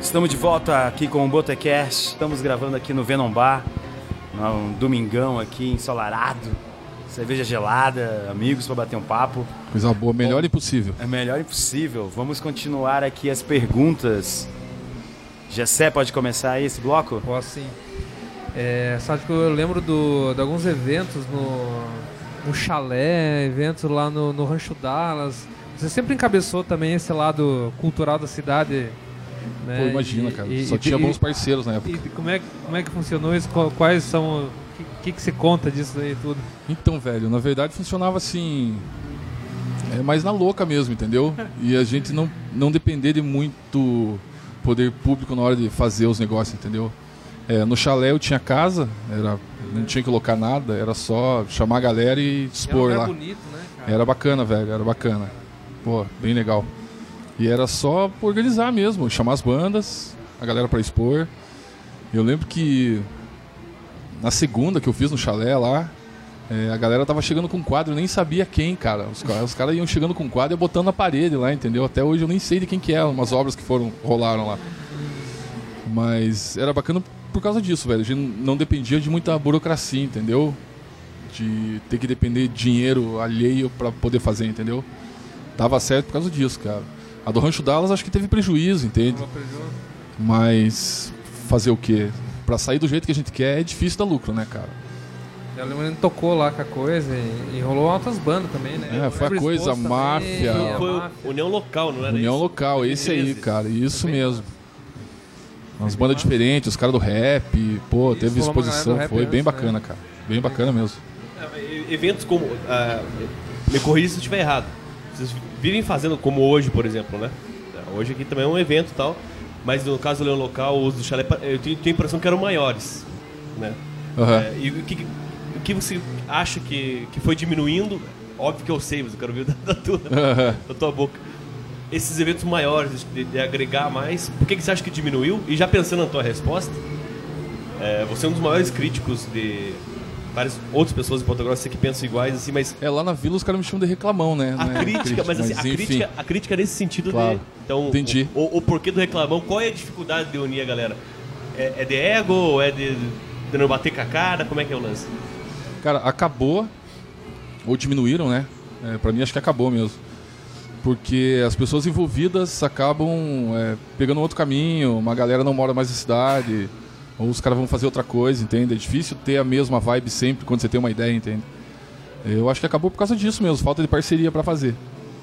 Estamos de volta aqui com o Botecast. Estamos gravando aqui no Venom Bar, um domingão aqui ensolarado, cerveja gelada, amigos para bater um papo. Coisa boa, melhor impossível. É melhor impossível. Vamos continuar aqui as perguntas. Gessé, pode começar aí esse bloco? Posso sim. É, sabe que eu lembro do, de alguns eventos no, no chalé, eventos lá no, no Rancho Dallas. Você sempre encabeçou também esse lado cultural da cidade. Né? Pô, imagina, cara. E, Só e, tinha e, bons parceiros na época. E como é, como é que funcionou isso? Quais são... O que, que você conta disso daí tudo? Então, velho, na verdade funcionava assim... É mais na louca mesmo, entendeu? E a gente não, não depender de muito poder público na hora de fazer os negócios, entendeu? É, no chalé eu tinha casa, era, não tinha que colocar nada, era só chamar a galera e expor era lá. bonito, né, cara? Era bacana, velho, era bacana. Pô, bem legal. E era só organizar mesmo, chamar as bandas, a galera pra expor. Eu lembro que na segunda que eu fiz no chalé lá, é, a galera tava chegando com quadro, eu nem sabia quem, cara. Os, os caras iam chegando com quadro e botando na parede lá, entendeu? Até hoje eu nem sei de quem que é, umas obras que foram, rolaram lá. Mas era bacana por causa disso, velho. A gente não dependia de muita burocracia, entendeu? De ter que depender de dinheiro alheio pra poder fazer, entendeu? Dava certo por causa disso, cara. A do Rancho Dallas acho que teve prejuízo, entende? Mas fazer o quê? Pra sair do jeito que a gente quer é difícil dar lucro, né, cara? Eu lembro que ele tocou lá com a coisa e, e rolou altas bandas também, né? É, foi a Lembro coisa, Exposto máfia. também, a Foi máfia. o União Local, não era União isso? Local, esse aí, Ingleses. cara. Isso Também. mesmo. Umas bandas diferentes, os caras do rap, pô, Isso, teve rolou uma exposição, galera do rap foi bem antes, bacana, né? cara. Bem bacana mesmo. É, eventos como... ah, me corrija se eu estiver errado. Vocês vivem fazendo como hoje, por exemplo, né? Hoje aqui também é um evento e tal, mas no caso do Leão Local, os do chalé, eu tenho, tenho a impressão que eram maiores, né? Aham. É, e o que, o que você acha que, que foi diminuindo? Óbvio que eu sei, mas eu quero ouvir da, da, tua, da tua boca. Esses eventos maiores, de, de agregar mais, por que, que você acha que diminuiu? E já pensando na tua resposta, é, você é um dos maiores críticos de várias outras pessoas em Ponta Grossa que pensam iguais, assim, mas É, lá na vila os caras me chamam de reclamão, né? a Não é crítica, mas assim, a enfim. crítica, a crítica nesse sentido Claro. de... Então, Entendi. O, o, o porquê do reclamão, qual é a dificuldade de unir a galera? É, é de ego ou é de, de não bater com a cara? Como é que é o lance? Cara, acabou, ou diminuíram, né? É, pra mim acho que acabou mesmo. Porque as pessoas envolvidas acabam é, pegando outro caminho, uma galera não mora mais na cidade, ou os caras vão fazer outra coisa, entende? É difícil ter a mesma vibe sempre quando você tem uma ideia, entende? Eu acho que acabou por causa disso mesmo, falta de parceria pra fazer.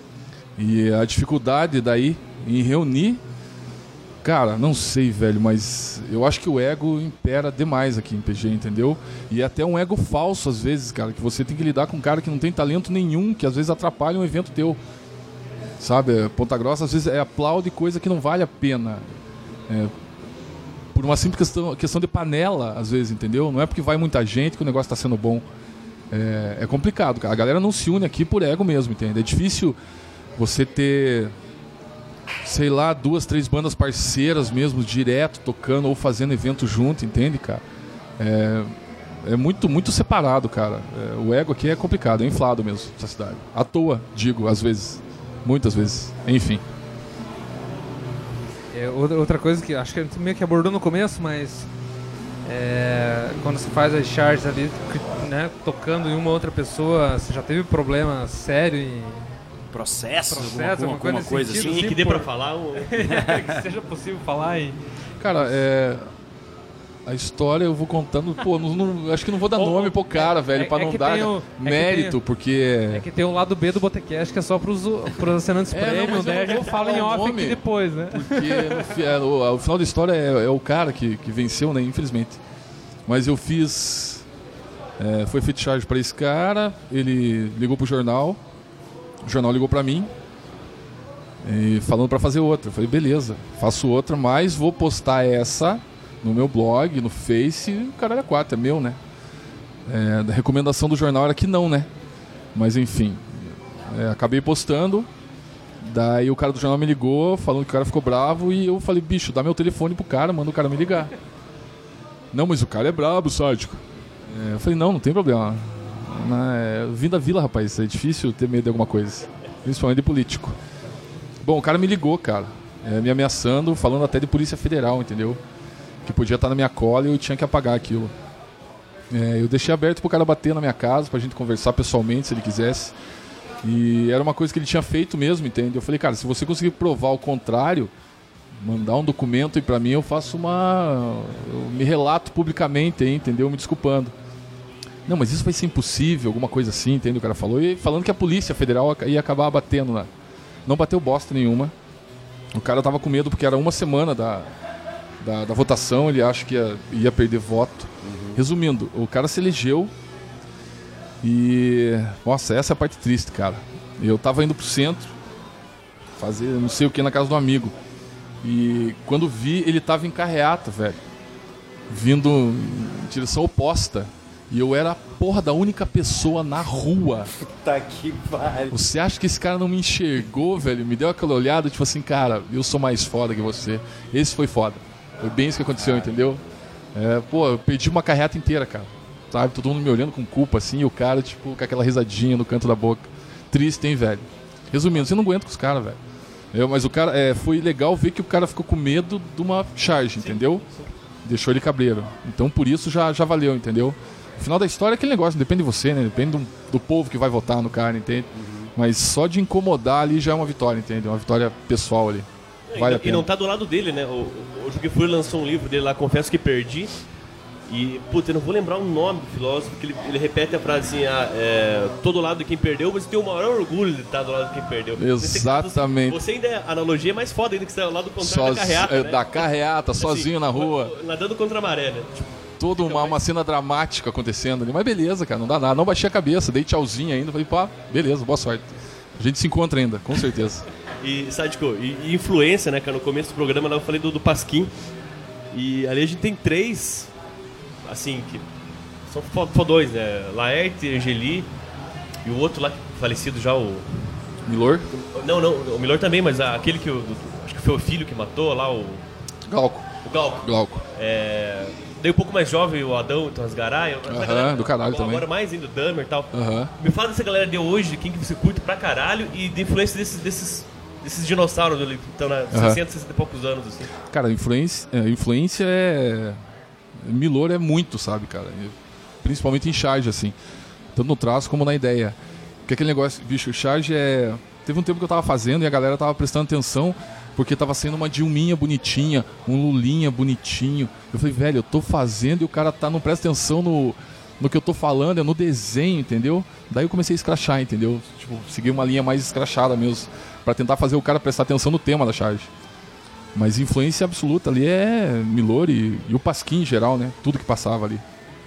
E a dificuldade daí em reunir, cara, não sei, velho, mas eu acho que o ego impera demais aqui em P G, entendeu? E é até um ego falso às vezes, cara, que você tem que lidar com um cara que não tem talento nenhum, que às vezes atrapalha um evento teu. Sabe, Ponta Grossa às vezes é aplaude coisa que não vale a pena. É, por uma simples questão, questão de panela, às vezes, entendeu? Não é porque vai muita gente que o negócio está sendo bom. É, é complicado, cara. A galera não se une aqui por ego mesmo, entende? É difícil você ter, sei lá, duas, três bandas parceiras mesmo, direto, tocando ou fazendo evento junto, entende, cara? É, é muito, muito separado, cara. É, o ego aqui é complicado, é inflado mesmo, essa cidade. À toa, digo, às vezes. Muitas vezes. Enfim. É, outra, outra coisa que acho que a gente meio que abordou no começo, mas é, quando você faz as charges ali, né, tocando em uma outra pessoa, você já teve problema sério em Processo, Processo, alguma, alguma alguma coisa nesse coisa sentido, assim? Sim, que dê pra falar. O... que seja possível falar e Cara, é. A história eu vou contando, pô, não, não- acho que não vou dar Ou- nome pro cara, velho, é- pra é não que dar tem o- é que mérito, tem- porque. é que tem um lado B do Botecast que é só pros, pros assinantes É, não, premium, mas eu daí a não gente vou fala em falar o off nome. aqui depois, né? Porque no fi- é, o, o final da história é, é o cara que, que venceu, né? Infelizmente. Mas eu fiz. É, foi feito charge pra esse cara, ele ligou pro jornal, o jornal ligou pra mim, e falando pra fazer outra. Eu falei, beleza, faço outra, mas vou postar essa no meu blog, no Face, o cara era quatro, é meu, né? É, a recomendação do jornal era que não, né? Mas enfim, é, acabei postando. Daí o cara do jornal me ligou, falando que o cara ficou bravo, e eu falei, bicho, dá meu telefone pro cara, manda o cara me ligar. Não, mas o cara é brabo, sádico. É, eu falei, não, não tem problema. Na, é, eu vim da vila, rapaz, é difícil ter medo de alguma coisa. Principalmente de político. Bom, o cara me ligou, cara. é, me ameaçando, falando até de Polícia Federal, entendeu? Que podia estar na minha cola e eu tinha que apagar aquilo. É, eu deixei aberto pro cara bater na minha casa, pra gente conversar pessoalmente, se ele quisesse. E era uma coisa que ele tinha feito mesmo, entende? Eu falei, cara, se você conseguir provar o contrário, mandar um documento aí pra mim, eu faço uma... eu me relato publicamente, hein, entendeu? Me desculpando. Não, mas isso vai ser impossível, alguma coisa assim, entende? O cara falou. E falando que a Polícia Federal ia acabar batendo lá. Não bateu bosta nenhuma. O cara tava com medo porque era uma semana da, da, da votação, ele acha que ia, ia perder voto. Uhum. Resumindo, o cara se elegeu e... Nossa, essa é a parte triste, cara. Eu tava indo pro centro fazer não sei o que na casa do amigo. E quando vi, ele tava em carreata, velho. Vindo em direção oposta. E eu era a porra da única pessoa na rua. Puta que pariu. Você acha que esse cara não me enxergou, velho? Me deu aquela olhada, tipo assim, cara, eu sou mais foda que você. Esse foi foda. Foi bem isso que aconteceu, entendeu? É, pô, eu perdi uma carreta inteira, cara. Sabe? Todo mundo me olhando com culpa, assim, e o cara, tipo, com aquela risadinha no canto da boca. Triste, hein, velho? Resumindo, você não aguenta com os caras, velho. Eu, mas o cara, é, foi legal ver que o cara ficou com medo de uma charge, entendeu? Deixou ele cabreiro. Então, por isso, já, já valeu, entendeu? No final da história é aquele negócio, depende de você, né? Depende do, do povo que vai votar no cara, entende? Uhum. Mas só de incomodar ali já é uma vitória, entende? Uma vitória pessoal ali. Vale e, a pena. E não tá do lado dele, né? O, o Juque Fur lançou um livro dele lá, Confesso que Perdi. E, puta, eu não vou lembrar o nome do filósofo, que ele, ele repete a frase assim, ah, é, tô do lado de quem perdeu, mas tem o maior orgulho de estar do lado de quem perdeu. Exatamente. Você, você ainda, a analogia é mais foda ainda, que você tá do lado contrário Soz, da carreata, é, né? Da carreata, assim, sozinho na rua. Nadando contra a maré, né? Tipo, Toda uma, uma cena dramática acontecendo ali. Mas beleza, cara, não dá nada. Não baixei a cabeça, dei tchauzinho ainda. Falei, pá, beleza, boa sorte. A gente se encontra ainda, com certeza. E, Sádico, e, e influência, né, cara? No começo do programa eu falei do, do Pasquim. E ali a gente tem três, assim, que são fodões, né? Laerte, Angeli e o outro lá, falecido já, o... Milor? Não, não, o Milor também, mas aquele que, o, do, acho que foi o filho que matou lá, o... Glauco. O Glauco. Glauco. É... Daí um pouco mais jovem, o Adão, então as Garay. Aham, do caralho agora também. Agora mais ainda o Dahmer e tal. Aham. Me fala dessa galera de hoje, quem que você curte pra caralho e de influência desses, desses, desses dinossauros ali, que estão na sessenta, sessenta e poucos anos, assim. Cara, influência, é, influência é... Milor é muito, sabe, cara? Principalmente em charge, assim. Tanto no traço como na ideia. Porque aquele negócio, bicho, charge é... Teve um tempo que eu tava fazendo e a galera tava prestando atenção porque tava sendo uma Dilminha bonitinha, um Lulinha bonitinho. Eu falei, velho, eu tô fazendo e o cara tá, não presta atenção no, no que eu tô falando, é no desenho, entendeu? Daí eu comecei a escrachar, entendeu? Tipo, seguir uma linha mais escrachada mesmo, pra tentar fazer o cara prestar atenção no tema da charge. Mas influência absoluta ali é Milor e, e o Pasquim em geral, né? Tudo que passava ali.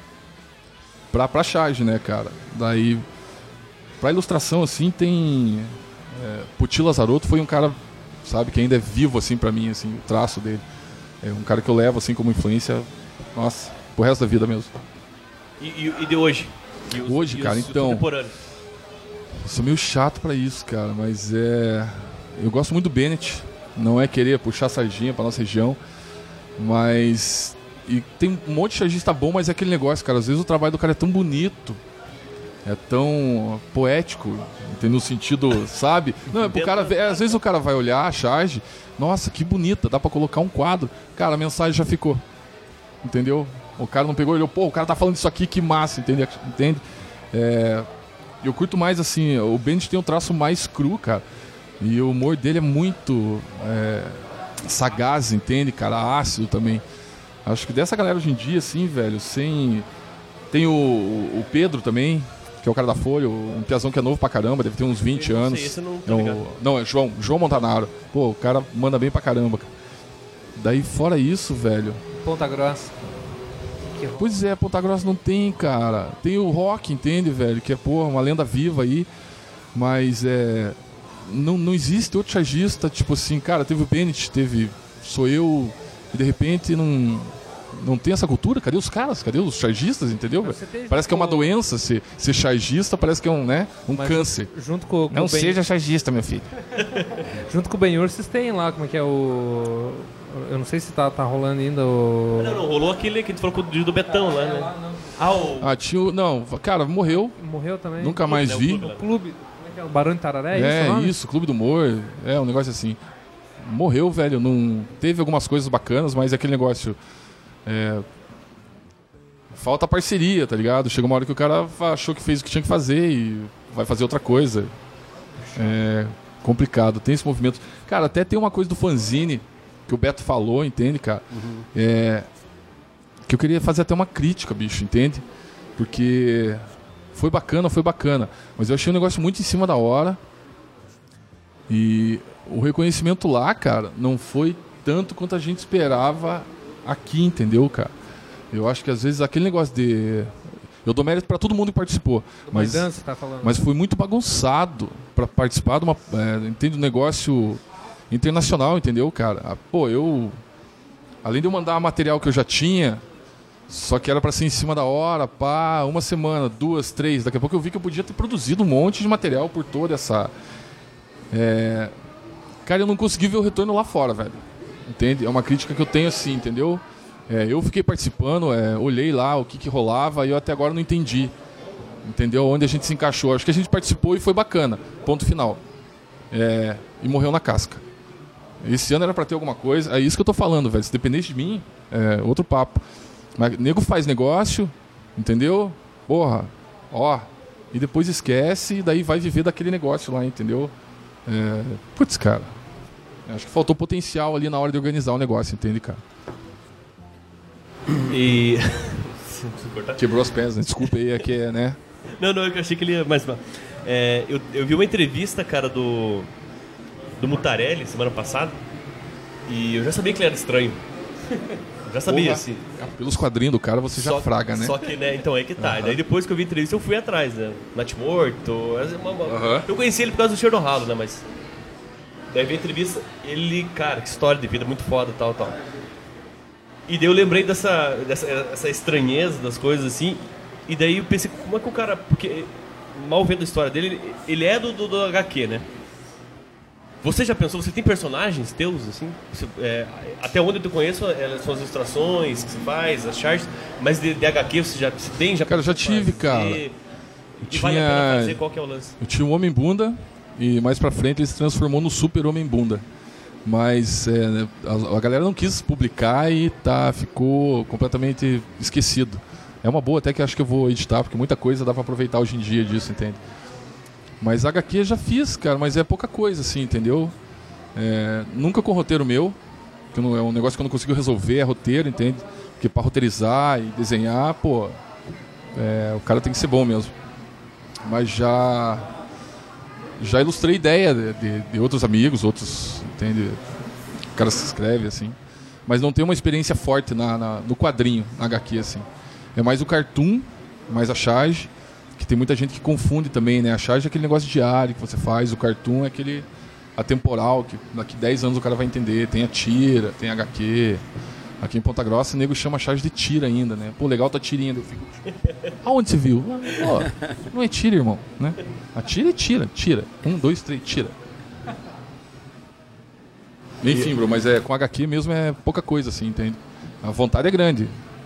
Pra, pra charge, né, cara? Daí, pra ilustração, assim, tem... É, Puti Lazarotto foi um cara, sabe, que ainda é vivo, assim, pra mim, assim, o traço dele. É um cara que eu levo, assim, como influência, nossa, pro resto da vida mesmo. E, e, e de hoje? E os, hoje, e cara, os, então... Os eu sou meio chato pra isso, cara, mas é... Eu gosto muito do Bennett, não é querer puxar a sardinha pra nossa região, mas... E tem um monte de chargista bom, mas é aquele negócio, cara, às vezes o trabalho do cara é tão bonito, é tão poético, no sentido, sabe? Não, é pro cara ver, às vezes o cara vai olhar a charge, nossa, que bonita, dá pra colocar um quadro. Cara, a mensagem já ficou. Entendeu? O cara não pegou e olhou, pô, o cara tá falando isso aqui, que massa, entende? Entende? É, eu curto mais assim, o Bennett tem um traço mais cru, cara. E o humor dele é muito é, sagaz, entende, cara? Ácido também. Acho que dessa galera hoje em dia, assim, velho, sem... Tem o, o Pedro também, que é o cara da Folha, um piazão que é novo pra caramba, deve ter uns vinte anos. Sei, esse eu não tô é ligado. o, não, é João, João Montanaro. Pô, o cara manda bem pra caramba. Daí, fora isso, velho... Ponta Grossa. Pois é, Ponta Grossa não tem, cara. Tem o Rock, entende, velho? Que é, porra, uma lenda viva aí. Mas, é... Não, não existe outro chargista, tipo assim, cara, teve o Bennett, teve... Sou eu... E, de repente, não... Não tem essa cultura? Cadê os caras? Cadê os chargistas, entendeu? Parece que é uma doença ser, ser chargista, parece que é um, né, um Mas câncer. Junto com, com Não o Ben... seja chargista, meu filho. Junto com o Ben-Hur, vocês têm lá, como é que é o... Eu não sei se tá, tá rolando ainda o... Não, não, rolou aquele que a gente falou do, do Betão lá, né? Ah, o... Ah, tinha o... Não, cara, morreu. Morreu também? Nunca mais né, o vi. clube, O clube... Como é que é? O Barão de Tararé, é, É, isso o nome? isso, Clube do Humor. É, um negócio assim. morreu, velho. Não teve algumas coisas bacanas, mas é aquele negócio. É, falta parceria, tá ligado? Chega uma hora que o cara achou que fez o que tinha que fazer e vai fazer outra coisa. É complicado, tem esse movimento. Cara, até tem uma coisa do fanzine que o Beto falou, entende, cara? Uhum. É, que eu queria fazer até uma crítica, bicho, entende? Porque foi bacana, foi bacana. Mas eu achei um negócio muito em cima da hora. E o reconhecimento lá, cara, não foi tanto quanto a gente esperava aqui, entendeu, cara? Eu acho que às vezes aquele negócio de... Eu dou mérito pra todo mundo que participou. Mas, dança, tá falando. mas foi muito bagunçado pra participar de uma... É, entende, um negócio internacional, entendeu, cara? Ah, pô, eu... Além de eu mandar material que eu já tinha, só que era pra ser em cima da hora, pá, uma semana, duas, três. Daqui a pouco eu vi que eu podia ter produzido um monte de material por toda essa... É... Cara, eu não consegui ver o retorno lá fora, velho. Entende? É uma crítica que eu tenho assim, entendeu? É, eu fiquei participando, é, olhei lá o que, que rolava e eu até agora não entendi. Entendeu? Onde a gente se encaixou. Acho que a gente participou e foi bacana. Ponto final. É, e morreu na casca. Esse ano era pra ter alguma coisa. É isso que eu tô falando, velho. Se dependesse de mim, é outro papo. Mas nego faz negócio, entendeu? Porra, ó. E depois esquece e daí vai viver daquele negócio lá, entendeu? É, putz, cara. Acho que faltou potencial ali na hora de organizar o negócio, entende, cara? E... Quebrou as peças, né? Desculpa aí, aqui é, né? Não, não, eu achei que ele ia mais... É, eu, eu vi uma entrevista, cara, do... do Mutarelli, semana passada, e eu já sabia que ele era estranho. Eu já sabia, Porra, assim. Pelos quadrinhos do cara você já Só, fraga, né? Só que, né, então é que tá. Uhum. E daí depois que eu vi a entrevista, eu fui atrás, né? Natimorto, uma, uma... Uhum. Eu conheci ele por causa do Cheiro Ralo, né, mas... Daí vi a entrevista, ele, cara, que história de vida muito foda, tal, tal. E daí eu lembrei dessa, dessa essa estranheza das coisas, assim, e daí eu pensei, como é que o cara... Porque, mal vendo a história dele, ele é do, do, do agá quê, né? Você já pensou, você tem personagens teus, assim? Você, é, até onde eu te conheço, é, são as ilustrações que você faz, as charts, mas de, de agá quê você já você tem? Já cara, eu já tive, fazer? cara. E tinha... vale a pena fazer? Qual que é o lance? Eu tinha um Homem-Bunda e mais pra frente ele se transformou no Super Homem-Bunda. Mas é, a, a galera não quis publicar e tá, ficou completamente esquecido. É uma boa até que acho que eu vou editar, porque muita coisa dá pra aproveitar hoje em dia disso, entende? Mas agá quê já fiz, cara, mas é pouca coisa, assim, entendeu? É, nunca com roteiro meu, que não, é um negócio que eu não consigo resolver, é roteiro, entende? Porque pra roteirizar e desenhar, pô, é, o cara tem que ser bom mesmo. Mas já já ilustrei ideia de, de, de outros amigos, outros, entende? O cara se escreve, assim. Mas não tem uma experiência forte na, na, no quadrinho, na agá quê, assim. É mais o cartoon, mais a charge, que tem muita gente que confunde também, né? A charge é aquele negócio diário que você faz, o cartoon é aquele atemporal, que daqui dez anos o cara vai entender. Tem a tira, tem a agá quê. Aqui em Ponta Grossa o nego chama a charge de tira ainda, né? Pô, legal, tá tirinha. Eu fico... Aonde você viu? Pô, não é tira, irmão, né? A tira é tira, tira. Um, dois, três, tira. Enfim, bro, mas é, com agá quê mesmo é pouca coisa, assim, entende? A vontade é grande.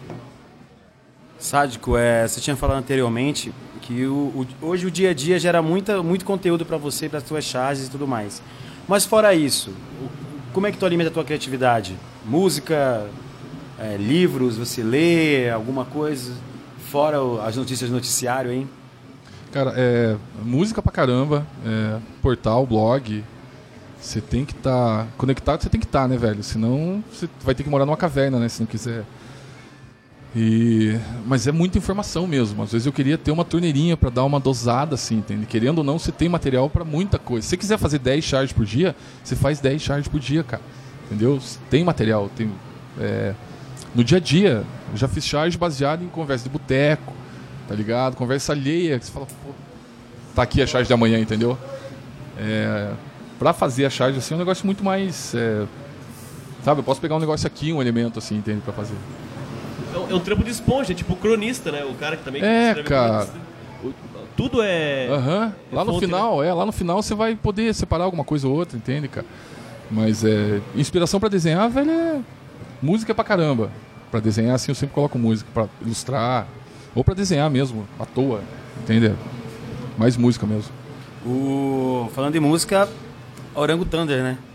Sádico, é, você tinha falado anteriormente que o, o, hoje o dia a dia gera muita, muito conteúdo para você, para as suas charges e tudo mais. Mas fora isso, o, como é que tu alimenta a tua criatividade? Música, é, livros, você lê alguma coisa? Fora o, as notícias do noticiário, hein? Cara, é música pra caramba, é, portal, blog. Você tem que estar tá conectado, você tem que estar, tá, né, velho? Senão você vai ter que morar numa caverna, né, se não quiser. E... Mas é muita informação mesmo. Às vezes eu queria ter uma torneirinha para dar uma dosada, assim, entende? Querendo ou não, você tem material para muita coisa. Se você quiser fazer dez charges por dia, você faz dez charges por dia, cara. Entendeu? Tem material. Tem, é... No dia a dia, eu já fiz charge baseado em conversa de boteco, tá ligado? Conversa alheia, que você fala, pô, tá aqui a charge de amanhã, entendeu? É... Pra fazer a charge, assim, é um negócio muito mais... É... Sabe, eu posso pegar um negócio aqui, um elemento, assim, entende? Pra fazer. É um trampo de esponja, tipo cronista, né? O cara que também é, escreve cara. Tudo é... Aham. Uhum. Lá é no fonte, final, né? é, lá no final você vai poder separar alguma coisa ou outra, entende, cara? Mas é... Inspiração pra desenhar, velho, é... Música pra caramba. Pra desenhar, assim, eu sempre coloco música. Pra ilustrar. Ou pra desenhar mesmo, à toa, entende? Mais música mesmo. O... Falando em música, Orango Thunder, né?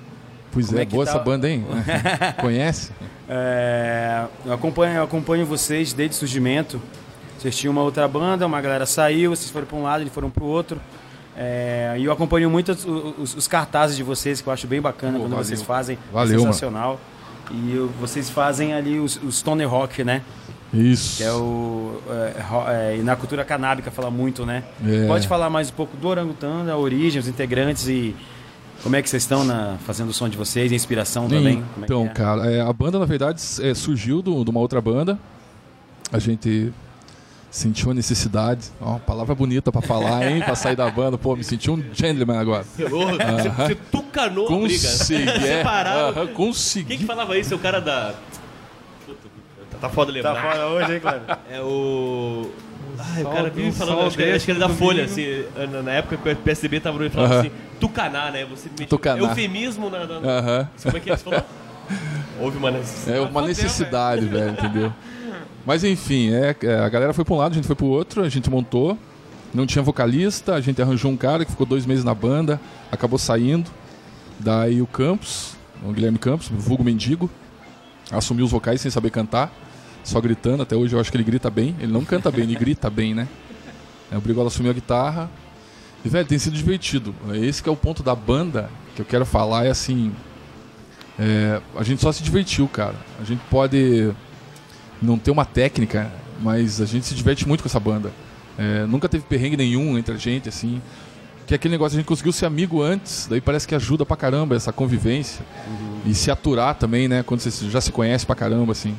Pois Como é, é que boa tá- essa banda, hein? Conhece? É, eu, acompanho, eu acompanho vocês desde o surgimento. Vocês tinham uma outra banda, uma galera saiu, vocês foram para um lado, eles foram para o outro. É, e eu acompanho muito os, os- os cartazes de vocês, que eu acho bem bacana Pô, quando valeu. vocês fazem. Valeu, é sensacional. E eu- vocês fazem ali os, os stoner rock, né? Isso. Que é o. É, ro- é, e na cultura canábica fala muito, né? É. Pode falar mais um pouco do Orangutana, a origem, os integrantes e como é que vocês estão na, fazendo o som de vocês, a inspiração também? Como é que Então, é? cara, é, a banda, na verdade, é, surgiu do- de uma outra banda. A gente sentiu a necessidade. Ó, uma palavra bonita pra falar, hein? Pra sair da banda. Pô, me senti um gentleman agora. Você, você tucanou a briga. Consegui, é. Separado. Aham, consegui. Quem que falava isso? É o cara da... Puta, tá foda lembrar. Tá fora hoje, hein, Cláudio? É o... Ai, o sol- cara vive um falando, sol acho que, acho que ele é da desse Folha, domingo. assim, na- na época que o P S D B tava falando Aham. assim, tucanar, né? Você mexeu- Tucanar. Eufemismo na... na... Aham. Como é que você falou? Houve uma necessidade. É uma necessidade, velho, entendeu? Mas enfim, é, é, a galera foi pra um lado, a gente foi pro outro, a gente montou. Não tinha vocalista, a gente arranjou um cara que ficou dois meses na banda, acabou saindo. Daí o Campos, o Guilherme Campos, vulgo mendigo, assumiu os vocais sem saber cantar, só gritando. Até hoje eu acho que ele grita bem. Ele não canta bem, ele grita bem, né? É, o Brigola assumiu a guitarra. E, velho, tem sido divertido. Esse que é o ponto da banda que eu quero falar, é assim... é, a gente só se divertiu, cara. A gente pode não ter uma técnica, mas a gente se diverte muito com essa banda. É, nunca teve perrengue nenhum entre a gente, assim. Que é aquele negócio, a gente conseguiu ser amigo antes, daí parece que ajuda pra caramba essa convivência. E se aturar também, né? Quando você já se conhece pra caramba, assim.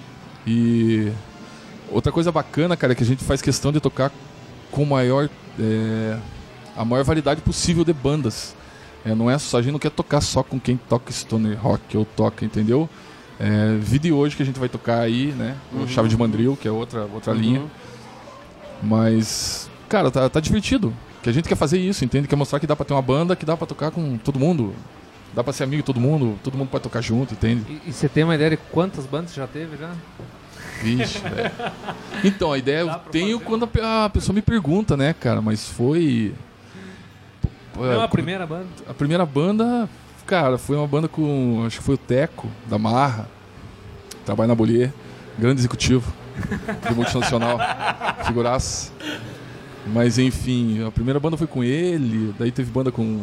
E outra coisa bacana, cara, é que a gente faz questão de tocar com maior, é, a maior variedade possível de bandas. É, não é só, a gente não quer tocar só com quem toca stoner rock ou toca, entendeu? É, vídeo hoje que a gente vai tocar aí, né? O Chave de Mandril, que é outra, outra linha. Mas, cara, tá, tá divertido. Que a gente quer fazer isso, entende? Quer mostrar que dá pra ter uma banda, que dá pra tocar com todo mundo. Dá pra ser amigo de todo mundo, todo mundo pode tocar junto, entende? E, e você tem uma ideia de quantas bandas já teve já? Vixe, velho. Então, a ideia eu tenho quando a pe- a pessoa me pergunta, né, cara? Mas foi... Pô, Não, a é, primeira banda. a primeira banda, cara, foi uma banda com... Acho que foi o Teco, da Marra. Trabalha na Bollier. Grande executivo. De multinacional. Figuraça. Mas, enfim, a primeira banda foi com ele. Daí teve banda com...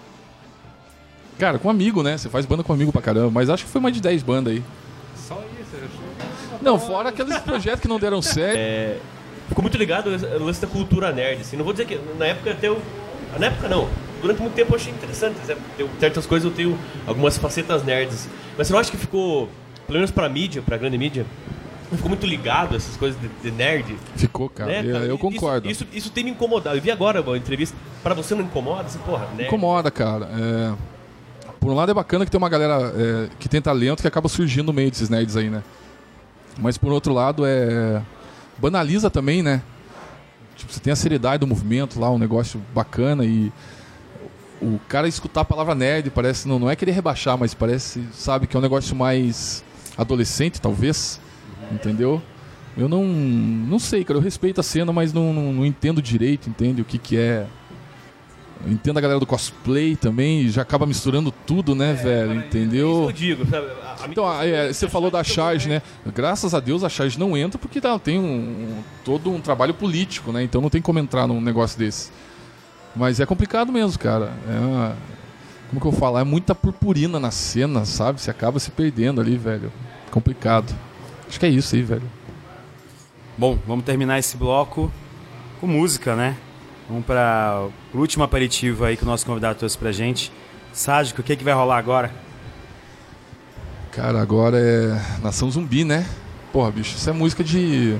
Cara, com amigo, né? Você faz banda com amigo pra caramba. Mas acho que foi mais de dez bandas aí. Só isso, eu achei. Não, fora aqueles projetos que não deram certo. Ficou muito ligado ao lance da cultura nerd, assim. Não vou dizer que na época até eu... Na época não. Durante muito tempo eu achei interessante. Né? Eu, certas coisas eu tenho algumas facetas nerds. Assim. Mas você não acha que ficou, pelo menos pra mídia, pra grande mídia, ficou muito ligado a essas coisas de, de nerd? Ficou, cara. Né, Eu, cara? eu Isso- concordo. Isso, isso, tem me incomodado. Eu vi agora uma entrevista. Pra você não incomoda? Assim, porra, nerd. Incomoda, cara. É, por um lado é bacana que tem uma galera é, que tem talento que acaba surgindo no meio desses nerds aí, né? Mas por outro lado é... banaliza também, né? Tipo, você tem a seriedade do movimento lá, um negócio bacana e... O cara escutar a palavra nerd parece... Não, não é querer rebaixar, mas parece, sabe, que é um negócio mais adolescente, talvez. Entendeu? Eu não... Não sei, cara. Eu respeito a cena, mas não, não, não entendo direito, entende? O que que é... Eu entendo a galera do cosplay também, e já acaba misturando tudo, né, velho? É isso entendeu? que eu digo, sabe? A- a- Então, é, você falou da Charge, né? Graças a Deus a Charge não entra porque ela tem um, um- todo um trabalho político, né? Então não tem como entrar num negócio desse. Mas é complicado mesmo, cara. É uma- como que eu vou falar? É muita purpurina na cena, sabe? Você acaba se perdendo ali, velho. Complicado. Acho que é isso aí, velho. Bom, vamos terminar esse bloco com música, né? Vamos para o último aperitivo aí que o nosso convidado trouxe pra gente. Sádico, o que, que vai rolar agora? Cara, agora é Nação Zumbi, né? Porra, bicho, isso é música de...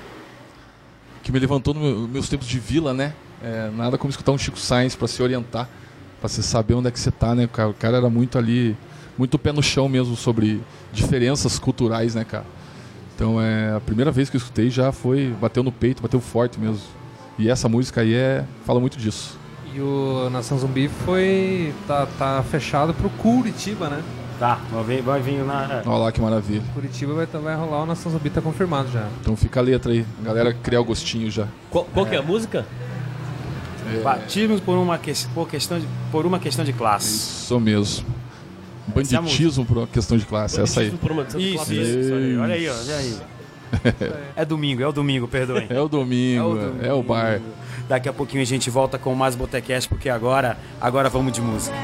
que me levantou nos meu, meus tempos de vila, né? É, nada como escutar um Chico Sainz pra se orientar, pra você saber onde é que você tá, né? O cara, o cara era muito ali, muito pé no chão mesmo sobre diferenças culturais, né, cara? Então, é, a primeira vez que eu escutei já foi, bateu no peito, bateu forte mesmo. E essa música aí é, fala muito disso. E o Nação Zumbi foi. tá, tá fechado pro Curitiba, né? Tá, vai vir, vai vir na... Olha lá que maravilha. Curitiba vai, tá- vai rolar, o Nação Zumbi tá confirmado já. Então fica a letra aí, a galera criar o gostinho já. Qual, qual que é a música? Batismos por uma, que... por, questão de... por uma questão de classe. Isso mesmo. Banditismo por uma questão de classe, essa aí. Por uma- Isso, isso, isso aí. Olha aí, ó, olha aí. É domingo, é o domingo, perdoem. É o domingo, é o, é o bar. Daqui a pouquinho a gente volta com mais Botecast, porque agora, agora vamos de música.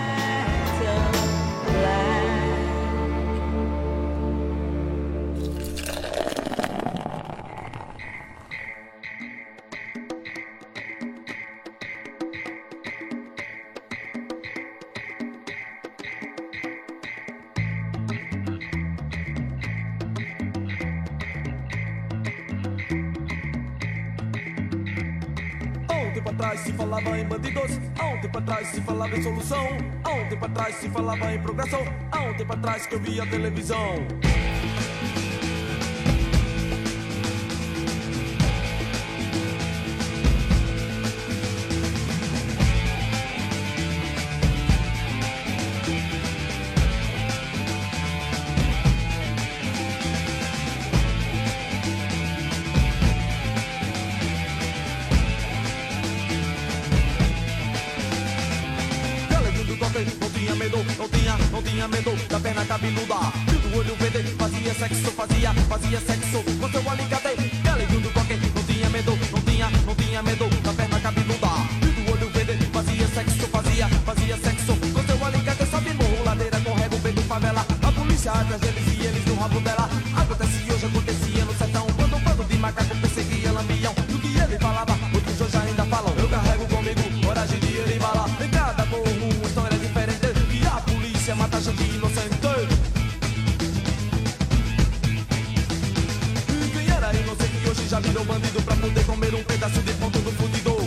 Há um tempo atrás se falava em bandidos, há um tempo atrás se falava em solução, há um tempo atrás se falava em progressão, há um tempo atrás que eu via televisão. Não tinha medo, não tinha, não tinha medo da perna cabeluda. Viu do olho verde, fazia sexo, fazia, fazia sexo com seu alicate. Galeguinho do coque, não tinha medo, não tinha, não tinha medo da perna cabeluda. Viu do olho verde, fazia sexo, fazia, fazia sexo com seu alicate. Sobe morro, ladeira, correga o peito, favela. A polícia atrás deles e eles no rabo dela. Acontece hoje, acontecia no sertão. Quando um bando de macaco perseguia lambião. Do que ele falava, outros hoje ainda falam. Eu carrego comigo, coragem de ir e bala. Em cada morro, uma história diferente. E a polícia mata gente inocente. E quem era inocente hoje já virou bandido pra poder comer um pedaço de ponto do fundidor.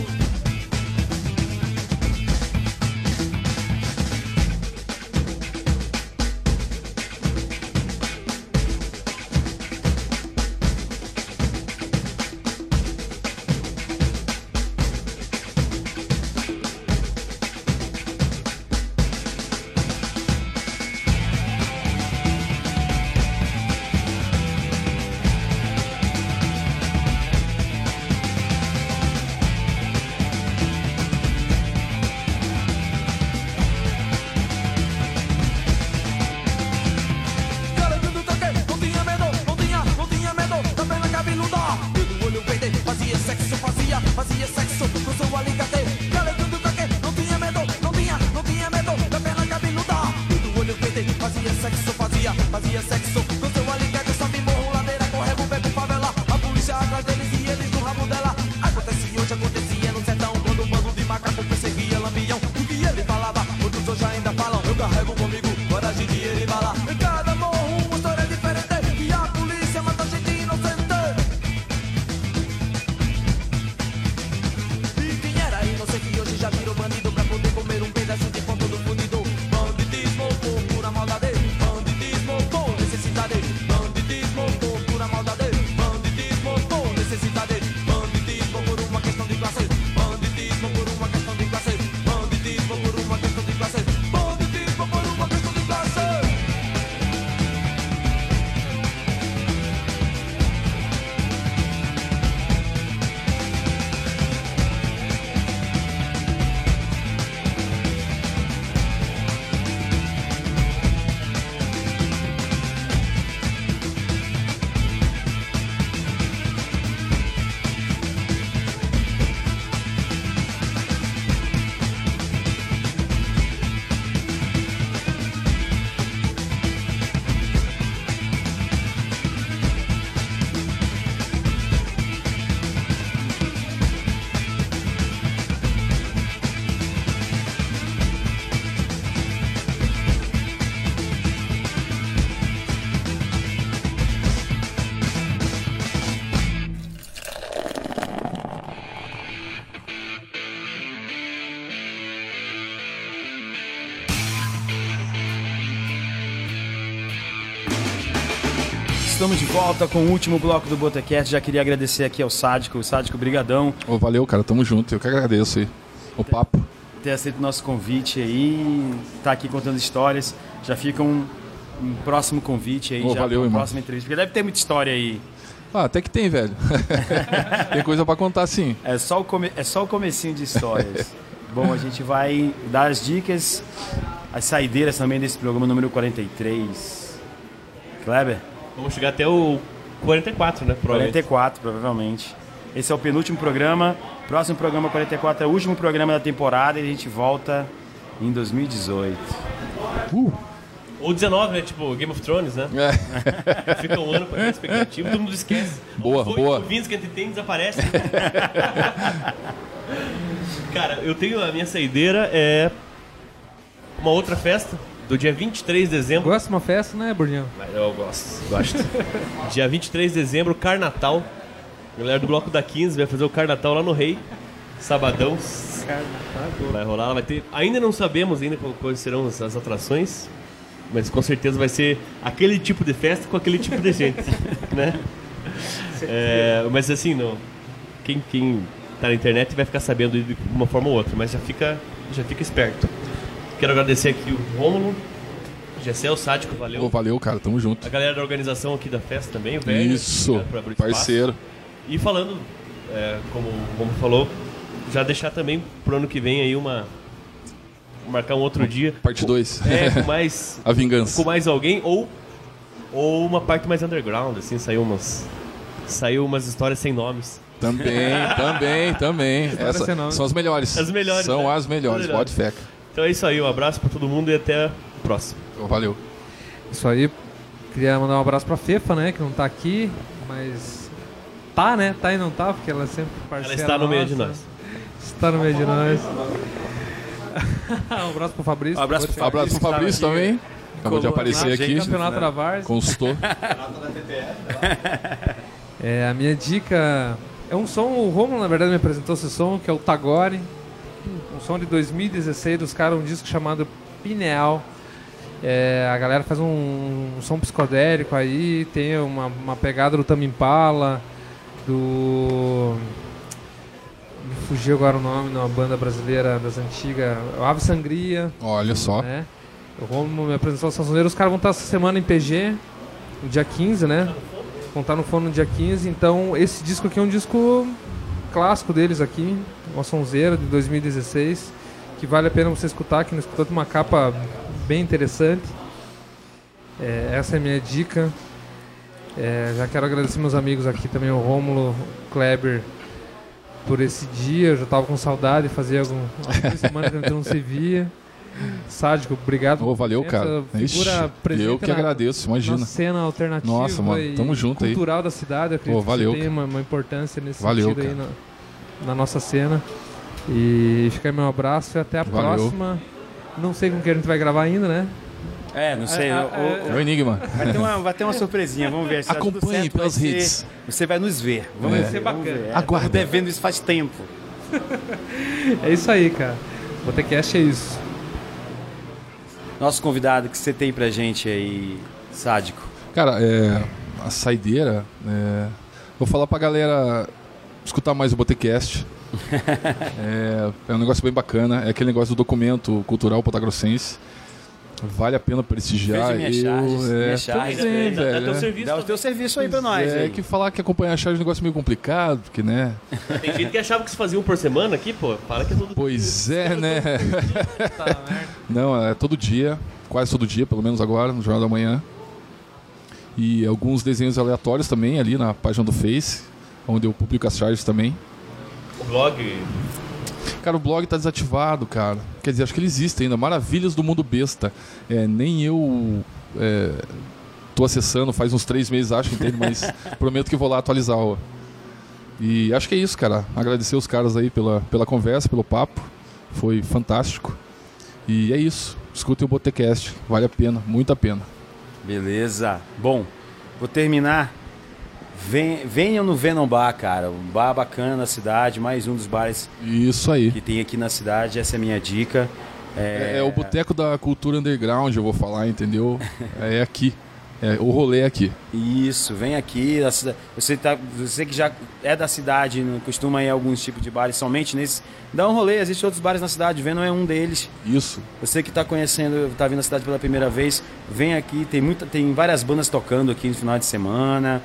Fazia sexo com seu alicate. Galeguinho do coque, não tinha medo, não tinha, não tinha medo da perna cabeluda. E do olho verde, fazia sexo, fazia, fazia sexo com seu alicate. Sobe morro, ladeira, correga o beco, favela. A polícia atrás deles e eles no rabo dela. Acontece hoje, acontecia no sertão. Quando um bando de macaco perseguia lambião. O que ele falava, outros hoje ainda falam. Eu carrego comigo, coragem de ir e bala. Em cada morro, uma história diferente. E a polícia mata gente inocente. Que hoje já virou bandido pra poder comer um pedaço de ponto do fundidor. Banditismo por pura maldade, banditismo por necessidade, banditismo por pura maldade, banditismo por necessidade, banditismo por uma questão de classe, banditismo por uma questão de classe, banditismo por uma questão de classe, banditismo por uma questão de classe. Estamos de volta com o último bloco do Botecast. Já queria agradecer aqui ao Sádico. O Sádico, brigadão. Oh, valeu, cara, tamo junto. Eu que agradeço aí o papo. Ter aceito o nosso convite aí, tá aqui contando histórias. Já fica um, um próximo convite aí, Oh, já valeu, pra uma irmão. próxima entrevista. Porque deve ter muita história aí. Ah, até que tem, velho. Tem coisa pra contar, sim. É só o, come... é só o comecinho de histórias. Bom, a gente vai dar as dicas as saideiras também desse programa número quarenta e três. Kleber? Vamos chegar até o quarenta e quatro, né? quarenta e quatro, provavelmente. Esse é o penúltimo programa. Próximo programa, quarenta e quatro, é o último programa da temporada e a gente volta em dois mil e dezoito. Uh. Ou dezenove, né? Tipo Game of Thrones, né? É. Fica um ano com a expectativa, todo mundo esquece. Boa, Foi, boa. O Vince que a gente tem desaparece. Cara, eu tenho a minha saideira, é uma outra festa do dia vinte e três de dezembro. Gosta de uma festa, né, Burnião? Eu gosto, gosto. Dia vinte e três de dezembro, Carnatal. A galera do Bloco da quinze vai fazer o Carnatal lá no Rei. Sabadão. Vai rolar, vai ter. Ainda não sabemos ainda quais serão as, as atrações, mas com certeza vai ser aquele tipo de festa com aquele tipo de gente, né? É, mas assim, não. Quem, quem tá na internet vai ficar sabendo de uma forma ou outra, mas já fica, já fica esperto. Quero agradecer aqui o Rômulo, Gessel, Sádico, valeu. Oh, valeu, cara, tamo junto. A galera da organização aqui da festa também, o Velho. Isso, obrigado por abrir espaço. parceiro. E falando, é, como o Romulo falou, já deixar também pro ano que vem aí uma... marcar um outro dia. Parte dois. É, com mais... A vingança. Com mais alguém, ou, ou uma parte mais underground, assim, saiu umas... Saiu umas histórias sem nomes. Também, também, também. Essa, sem nome. são as melhores. As melhores, São né? as melhores, As melhores. pode feca. Então é isso aí, um abraço pra todo mundo e até o próximo. Oh, valeu. Isso aí. Queria mandar um abraço pra Fefa, né, que não tá aqui, mas... Tá, né? Tá e não tá, porque ela é sempre parceira Ela está no meio nossa. de nós. Está no meio de nós. Um abraço pro Fabrício. Um abraço Vou te- pro Abraço pro Fabrício que tava aqui. também. Acabou de aparecer na aqui. gente, Campeonato da Várzea. Constou. É, a minha dica é um som, o Romulo na verdade me apresentou esse som, que é o Tagore, um som de dois mil e dezesseis dos caras, um disco chamado Pineal. É, a galera faz um, um som psicodélico aí, tem uma, uma pegada do Tame Impala, do... me fugiu agora o nome, numa banda brasileira das antigas, o Ave Sangria. Olha só. Né? O Romulo me apresentou a Sonzeira. Os caras vão estar essa semana em P G, no dia quinze, né? Vão estar no Fono no dia quinze. Então, esse disco aqui é um disco clássico deles aqui, uma Sonzeira de dois mil e dezesseis, que vale a pena você escutar. Quem não escutou, tem uma capa bem interessante. É, essa é a minha dica. É, já quero agradecer meus amigos aqui também, o Rômulo, o Kleber, por esse dia. Eu já estava com saudade, fazia algum, algumas semanas que a gente não se via. Sádico, obrigado. Oh, valeu, cara. Figura Ixi, presente eu que na- agradeço, imagina. Na cena alternativa. Nossa, mano, e tamo junto aí. cultural da cidade. Eu acredito Pô, valeu, que você tem cara. uma, uma importância nesse Valeu, sentido aí cara. na, na nossa cena. E fica aí meu abraço e até a Valeu. próxima. Não sei com que a gente vai gravar ainda, né? É, não sei. Ah, o- ah, o- É o Enigma. vai, ter uma, vai ter uma surpresinha, vamos ver. Se tá tudo Acompanhe certo, pelas vai ser- redes. Você vai nos ver. Vamos É. ver. Vai ser vamos bacana. ver. É, Aguarda. Estamos devendo isso faz tempo. É isso aí, cara. O Botecast é isso. Nosso convidado que você tem pra gente aí, Sádico. Cara, é, a saideira, é, vou falar pra galera escutar mais o Botecast. é, é um negócio bem bacana, é aquele negócio do documento cultural potagrossense. Vale a pena prestigiar. Veja minhas charges, é, minhas charges. pois é, Dá- dá velho, teu é. serviço Dá o também. teu serviço aí pra nós. É aí. que falar que acompanhar a charge é um negócio meio complicado, porque, né? Tem gente que achava que se fazia um por semana aqui, pô. Fala que é tudo. Pois é, né? Tá, merda. Não, é todo dia, quase todo dia, pelo menos agora, no Jornal da Manhã. E alguns desenhos aleatórios também ali na página do Face, onde eu publico as charges também. O blog. Cara, o blog tá desativado, cara. Quer dizer, acho que ele existe ainda. Maravilhas do Mundo Besta. É, nem eu é, tô acessando faz uns três meses, acho, entende? Mas prometo que vou lá atualizar. Ó. E acho que é isso, cara. Agradecer os caras aí pela, pela conversa, pelo papo. Foi fantástico. E é isso. Escutem o Botecast. Vale a pena, muito a pena. Beleza. Bom, vou terminar. Ven- Venham no Venom Bar, cara. Um bar bacana na cidade, mais um dos bares Isso aí. que tem aqui na cidade. Essa é a minha dica. É, é o boteco da cultura underground, eu vou falar, entendeu? É aqui. É, o rolê é aqui. Isso, vem aqui. a cida- Você, tá, você que já é da cidade, não costuma ir a alguns tipos de bares somente nesse. Dá um rolê, existem outros bares na cidade, Venom é um deles. Isso. Você que está conhecendo, está vindo à cidade pela primeira vez, vem aqui, tem, muita, tem várias bandas tocando aqui no final de semana.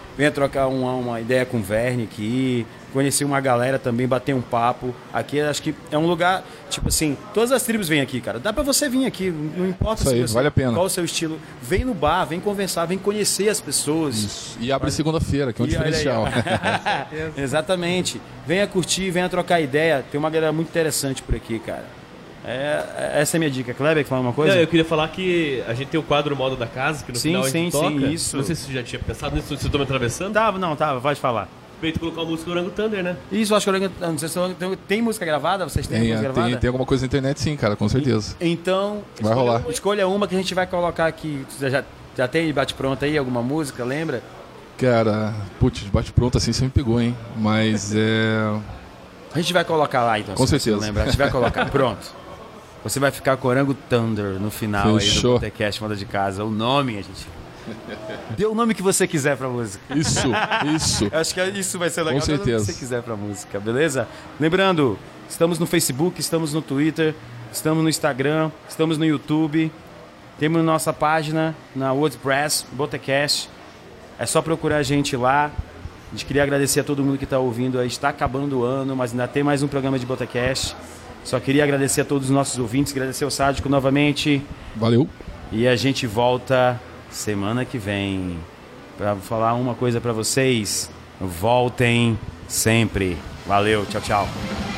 venha trocar uma, uma ideia com o Verne aqui, conhecer uma galera também, bater um papo. Aqui acho que é um lugar, tipo assim, todas as tribos vêm aqui, cara. Dá pra você vir aqui, não importa Isso se aí, você, vale a pena. qual o seu estilo. Vem no bar, vem conversar, vem conhecer as pessoas. Isso. E abre segunda-feira, que é um E olha aí, diferencial. ó. Exatamente. Venha curtir, venha trocar ideia. Tem uma galera muito interessante por aqui, cara. É, essa é a minha dica. Kleber, quer falar uma coisa? Não, eu queria falar que a gente tem o quadro Moda da Casa, que no Sim, final a sim, gente toca. sim, isso. Não sei se você já tinha pensado nisso, se eu tô me atravessando. Tava, não, tava, pode falar. Feito colocar a música Orango Thunder, né? Isso, acho que eu não sei se eu- tem, tem música gravada? Vocês têm Tem, música é, gravada? tem, tem alguma coisa na internet sim, cara, com certeza. Então, Vai rolar. escolha uma que a gente vai colocar aqui. Você já, já tem bate-pronto aí, alguma música, lembra? Cara, putz, bate pronto assim você me pegou, hein? Mas é. A gente vai colocar lá, então. Com se você certeza. não lembrar. A gente vai colocar, pronto. Você vai ficar com Orango Thunder no final Fechou. aí do podcast Moda de Casa. O nome, a gente... Dê o nome que você quiser pra música. Isso, isso. Eu acho que isso vai ser legal. Com Dê o nome certeza. que você quiser pra música, beleza? Lembrando, estamos no Facebook, estamos no Twitter, estamos no Instagram, estamos no YouTube. Temos nossa página na WordPress, Botecast. É só procurar a gente lá. A gente queria agradecer a todo mundo que está ouvindo. Aí está acabando o ano, mas ainda tem mais um programa de Botecast. Só queria agradecer a todos os nossos ouvintes, agradecer ao Sádico novamente. Valeu. E a gente volta semana que vem para falar uma coisa para vocês. Voltem sempre. Valeu, tchau, tchau.